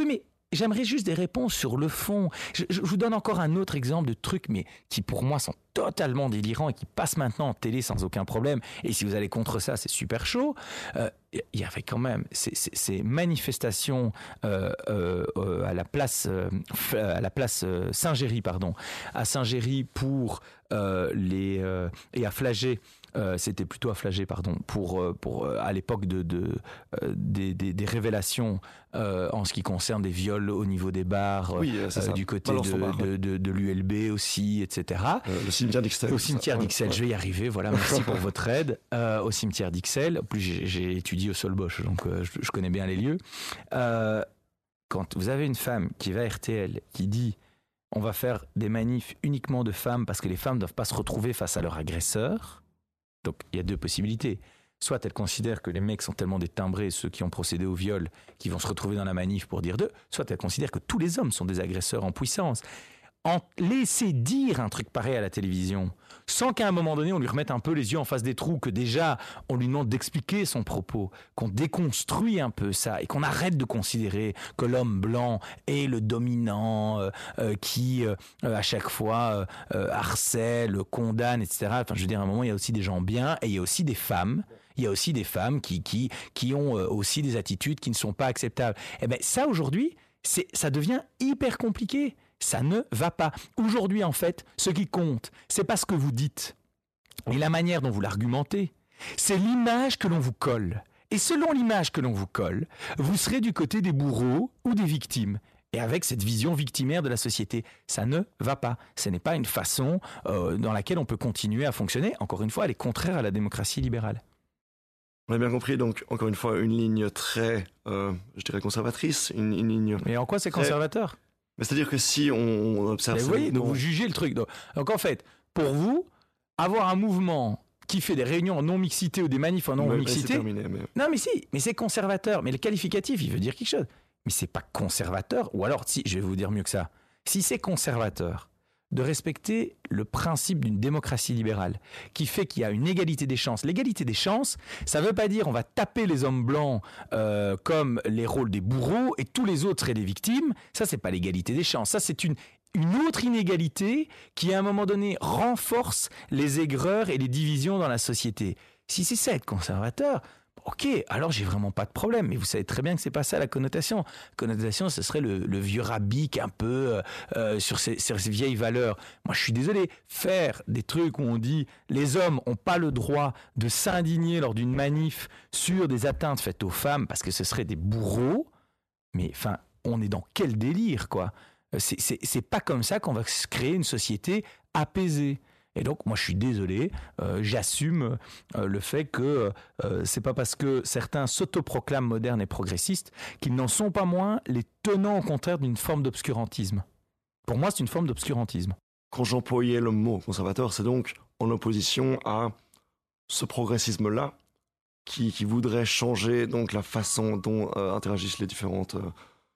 j'aimerais juste des réponses sur le fond. Je, je vous donne encore un autre exemple de trucs, mais qui pour moi sont totalement délirants et qui passent maintenant en télé sans aucun problème. Et si vous allez contre ça, c'est super chaud. Il euh, y avait quand même ces, ces, ces manifestations euh, euh, euh, à la place, euh, à la place euh, Saint-Géry, pardon, à Saint-Géry pour euh, les euh, et à Flagey. Euh, c'était plutôt à Flagey, pardon, pour, pour euh, à l'époque de, de, euh, des, des, des révélations euh, en ce qui concerne des viols au niveau des bars, oui, euh, euh, du côté de, bar, de, ouais. de, de l'U L B aussi, et cetera. Euh, le cimetière d'Ixelles. Au cimetière d'Ixelles, ouais. Je vais y arriver, voilà, merci pour votre aide. Euh, au cimetière d'Ixelles, en plus j'ai, j'ai étudié au Solbosch, donc euh, je, je connais bien les lieux. Euh, quand vous avez une femme qui va à R T L, qui dit on va faire des manifs uniquement de femmes parce que les femmes ne doivent pas se retrouver face à leur agresseur. Donc, il y a deux possibilités. Soit elle considère que les mecs sont tellement des timbrés, ceux qui ont procédé au viol, qui vont se retrouver dans la manif pour dire d'eux. Soit elle considère que tous les hommes sont des agresseurs en puissance. En laisser dire un truc pareil à la télévision, sans qu'à un moment donné, on lui remette un peu les yeux en face des trous, que déjà, on lui demande d'expliquer son propos, qu'on déconstruit un peu ça, et qu'on arrête de considérer que l'homme blanc est le dominant, euh, euh, qui, euh, à chaque fois, euh, harcèle, condamne, et cetera. Enfin, je veux dire, à un moment, il y a aussi des gens bien, et il y a aussi des femmes, il y a aussi des femmes qui, qui, qui ont aussi des attitudes qui ne sont pas acceptables. Eh ben, ça, aujourd'hui, c'est, ça devient hyper compliqué. Ça ne va pas. Aujourd'hui, en fait, ce qui compte, c'est pas ce que vous dites et la manière dont vous l'argumentez. C'est l'image que l'on vous colle. Et selon l'image que l'on vous colle, vous serez du côté des bourreaux ou des victimes. Et avec cette vision victimaire de la société, ça ne va pas. Ce n'est pas une façon euh, dans laquelle on peut continuer à fonctionner. Encore une fois, elle est contraire à la démocratie libérale. On a bien compris, donc, encore une fois, une ligne très, euh, je dirais, conservatrice. Une, une ligne Mais en quoi c'est très... conservateur ? Mais c'est-à-dire que si on observe... Mais vous voyez, donc vous jugez le truc. Donc, donc en fait, pour vous, avoir un mouvement qui fait des réunions en non-mixité ou des manifs en non-mixité... Mais, mais mais... Non, mais si, mais c'est conservateur. Mais le qualificatif, il veut dire quelque chose. Mais c'est pas conservateur. Ou alors, si, je vais vous dire mieux que ça. Si c'est conservateur de respecter le principe d'une démocratie libérale qui fait qu'il y a une égalité des chances. L'égalité des chances, ça ne veut pas dire on va taper les hommes blancs euh, comme les rôles des bourreaux et tous les autres seraient des victimes. Ça, c'est pas l'égalité des chances. Ça, c'est une, une autre inégalité qui, à un moment donné, renforce les aigreurs et les divisions dans la société. Si c'est ça être conservateur... Ok, alors j'ai vraiment pas de problème, mais vous savez très bien que c'est pas ça la connotation. La connotation, ce serait le, le vieux rabique un peu euh, sur, ces, sur ces vieilles valeurs. Moi, je suis désolé, faire des trucs où on dit les hommes ont pas le droit de s'indigner lors d'une manif sur des atteintes faites aux femmes parce que ce seraient des bourreaux, mais enfin, on est dans quel délire, quoi. C'est, c'est, c'est pas comme ça qu'on va créer une société apaisée. Et donc, moi, je suis désolé, euh, j'assume euh, le fait que euh, c'est pas parce que certains s'autoproclament modernes et progressistes qu'ils n'en sont pas moins les tenants, au contraire, d'une forme d'obscurantisme. Pour moi, c'est une forme d'obscurantisme. Quand j'employais le mot conservateur, c'est donc en opposition à ce progressisme-là qui, qui voudrait changer donc la façon dont euh, interagissent les différentes... Euh,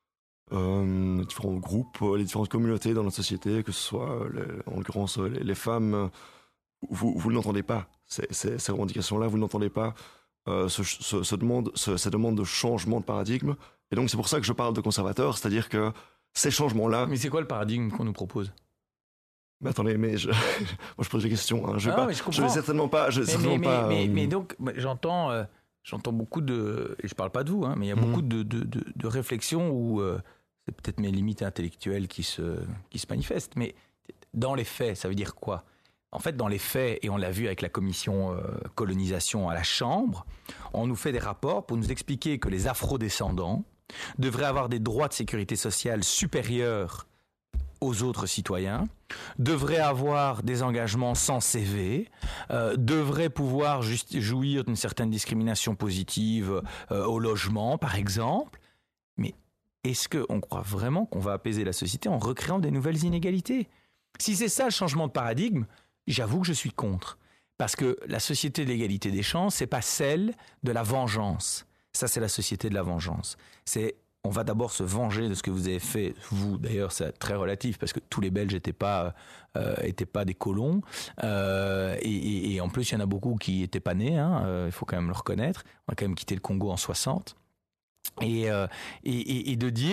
Euh, les différents groupes, les différentes communautés dans notre société, que ce soit, les, en l'occurrence, les, les femmes, vous, vous ne l'entendez pas, ces, ces, ces revendications-là, vous ne l'entendez pas, euh, ce, ce, ce demande, ce, ces demandes de changement de paradigme. Et donc, c'est pour ça que je parle de conservateur, c'est-à-dire que ces changements-là... Mais c'est quoi le paradigme qu'on nous propose ? Mais attendez, mais je, moi je pose des questions. Hein. Je ne je vais certainement pas... Je vais mais, certainement mais, pas mais, euh... mais donc, j'entends, euh, j'entends beaucoup de... Et je ne parle pas de vous, hein, mais il y a mmh. beaucoup de, de, de, de réflexions où... Euh, c'est peut-être mes limites intellectuelles qui se, qui se manifestent, mais dans les faits, ça veut dire quoi ? En fait, dans les faits, et on l'a vu avec la commission euh, colonisation à la Chambre, on nous fait des rapports pour nous expliquer que les afro-descendants devraient avoir des droits de sécurité sociale supérieurs aux autres citoyens, devraient avoir des engagements sans C V, euh, devraient pouvoir juste jouir d'une certaine discrimination positive euh, au logement, par exemple. Mais est-ce qu'on croit vraiment qu'on va apaiser la société en recréant des nouvelles inégalités ? Si c'est ça le changement de paradigme, j'avoue que je suis contre. Parce que la société de l'égalité des chances, c'est pas celle de la vengeance. Ça, c'est la société de la vengeance. C'est, on va d'abord se venger de ce que vous avez fait. Vous, d'ailleurs, c'est très relatif parce que tous les Belges n'étaient pas, euh, étaient pas des colons. Euh, et, et, et en plus, il y en a beaucoup qui n'étaient pas nés. Hein, euh, il faut quand même le reconnaître. On a quand même quitté le Congo en soixante. Et, euh, et, et, et de dire,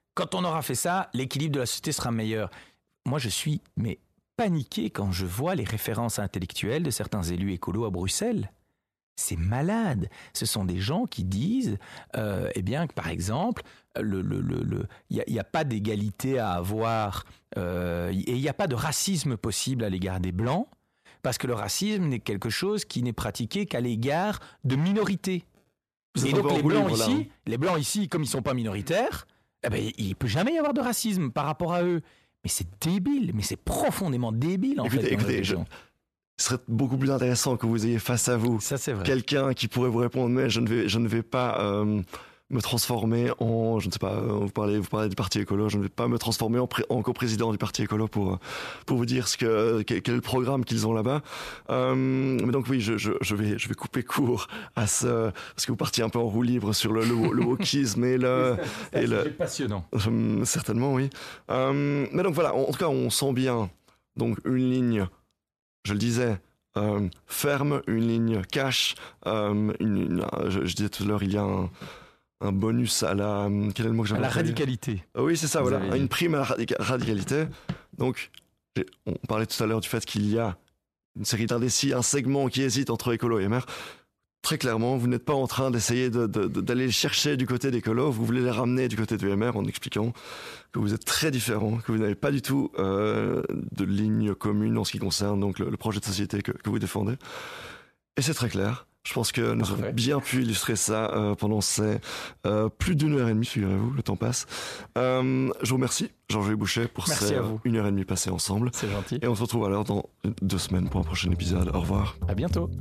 quand on aura fait ça, l'équilibre de la société sera meilleur. Moi, je suis mais paniqué quand je vois les références intellectuelles de certains élus écolos à Bruxelles. C'est malade. Ce sont des gens qui disent, euh, eh bien, que par exemple, le, le, le, le, y a, y a pas d'égalité à avoir euh, et il n'y a pas de racisme possible à l'égard des Blancs, parce que le racisme n'est quelque chose qui n'est pratiqué qu'à l'égard de minorités. Et donc les Blancs ici, là. les Blancs ici, comme ils ne sont pas minoritaires, eh ben, il ne peut jamais y avoir de racisme par rapport à eux. Mais c'est débile, mais c'est profondément débile en écoutez, fait. Écoutez, je... Ce serait beaucoup plus intéressant que vous ayez face à vous ça, c'est vrai. quelqu'un qui pourrait vous répondre, mais je ne vais, je ne vais pas euh, me transformer en, je ne sais pas, vous parlez, vous parlez du Parti écolo, je ne vais pas me transformer en, pré, en coprésident du Parti écolo pour, pour vous dire ce que, quel, quel est le programme qu'ils ont là-bas. Euh, mais donc oui, je, je, je, vais, je vais couper court à ce, parce que vous partiez un peu en roue libre sur le, le, le wokisme et le... C'est et le passionnant. Euh, certainement, oui. Euh, mais donc voilà, en, en tout cas, on sent bien donc une ligne... Je le disais, euh, ferme, une ligne cash. Euh, une, une, je, je disais tout à l'heure, il y a un, un bonus à la... Quel est le mot que j'avais À la employé ? radicalité. Ah oui, c'est ça, Vous voilà. Une prime à la radica- radicalité. Donc, on parlait tout à l'heure du fait qu'il y a une série d'indécis, un segment qui hésite entre écolo et M R. Très clairement, vous n'êtes pas en train d'essayer de, de, de, d'aller les chercher du côté d'écolo, vous voulez les ramener du côté du M R en expliquant que vous êtes très différents, que vous n'avez pas du tout euh, de ligne commune en ce qui concerne donc le, le projet de société que, que vous défendez. Et c'est très clair. Je pense que nous Parfait. avons bien pu illustrer ça euh, pendant ces euh, plus d'une heure et demie, figurez-vous, le temps passe. Euh, je vous remercie, Georges Boucher, pour Merci ces à vous. une heure et demie passée ensemble. C'est gentil. Et on se retrouve alors dans deux semaines pour un prochain épisode. Au revoir. À bientôt.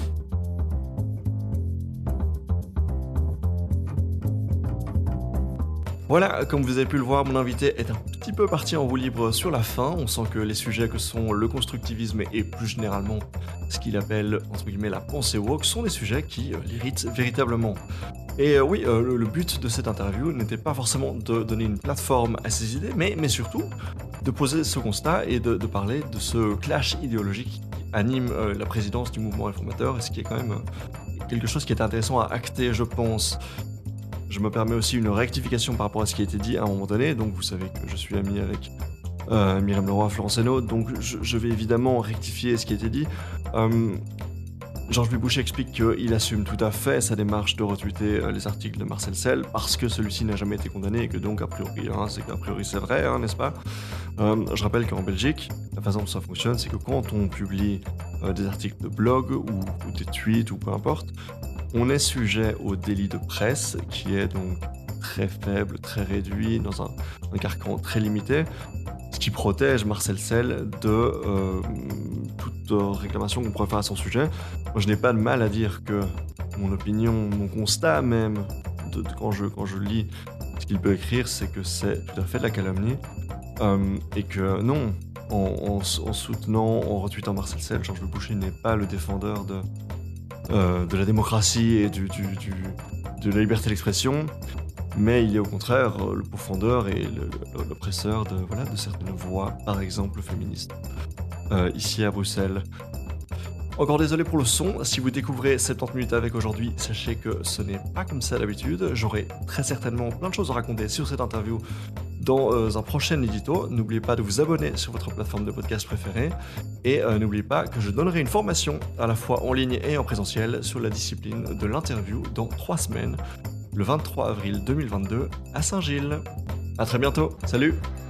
Voilà, comme vous avez pu le voir, mon invité est un petit peu parti en roue libre sur la fin. On sent que les sujets que sont le constructivisme et plus généralement ce qu'il appelle, entre guillemets, la pensée woke sont des sujets qui euh, l'irritent véritablement. Et euh, oui, euh, le, le but de cette interview n'était pas forcément de donner une plateforme à ces idées, mais, mais surtout de poser ce constat et de, de parler de ce clash idéologique qui anime euh, la présidence du mouvement réformateur, et ce qui est quand même euh, quelque chose qui est intéressant à acter, je pense. Je me permets aussi une rectification par rapport à ce qui a été dit à un moment donné. Donc vous savez que je suis ami avec euh, Myriam Leroy, Florence Hainaut, donc je, je vais évidemment rectifier ce qui a été dit. Euh, Georges-Louis Boucher explique qu'il assume tout à fait sa démarche de retweeter euh, les articles de Marcel Sell parce que celui-ci n'a jamais été condamné et que donc a priori, hein, c'est qu'a priori c'est vrai, hein, n'est-ce pas ? euh, Je rappelle qu'en Belgique, la façon dont ça fonctionne, c'est que quand on publie euh, des articles de blog ou, ou des tweets ou peu importe, on est sujet au délit de presse, qui est donc très faible, très réduit, dans un, un carcan très limité, ce qui protège Marcel Sell de euh, toute euh, réclamation qu'on pourrait faire à son sujet. Moi, je n'ai pas de mal à dire que mon opinion, mon constat même, de, de, quand, je, quand je lis ce qu'il peut écrire, c'est que c'est tout à fait de la calomnie, euh, et que non, en, en, en soutenant, en retweetant Marcel Sell, Georges-Louis Boucher n'est pas le défendeur de... Euh, de la démocratie et du, du, du, de la liberté d'expression, mais il est au contraire le pourfendeur et le, le, l'oppresseur de, voilà, de certaines voix, par exemple féministes, euh, ici à Bruxelles. Encore désolé pour le son, si vous découvrez soixante-dix minutes avec aujourd'hui, sachez que ce n'est pas comme ça d'habitude. J'aurai très certainement plein de choses à raconter sur cette interview dans euh, un prochain édito. N'oubliez pas de vous abonner sur votre plateforme de podcast préférée. Et euh, n'oubliez pas que je donnerai une formation, à la fois en ligne et en présentiel, sur la discipline de l'interview dans trois semaines, le vingt-trois avril deux mille vingt-deux, à Saint-Gilles. À très bientôt, salut!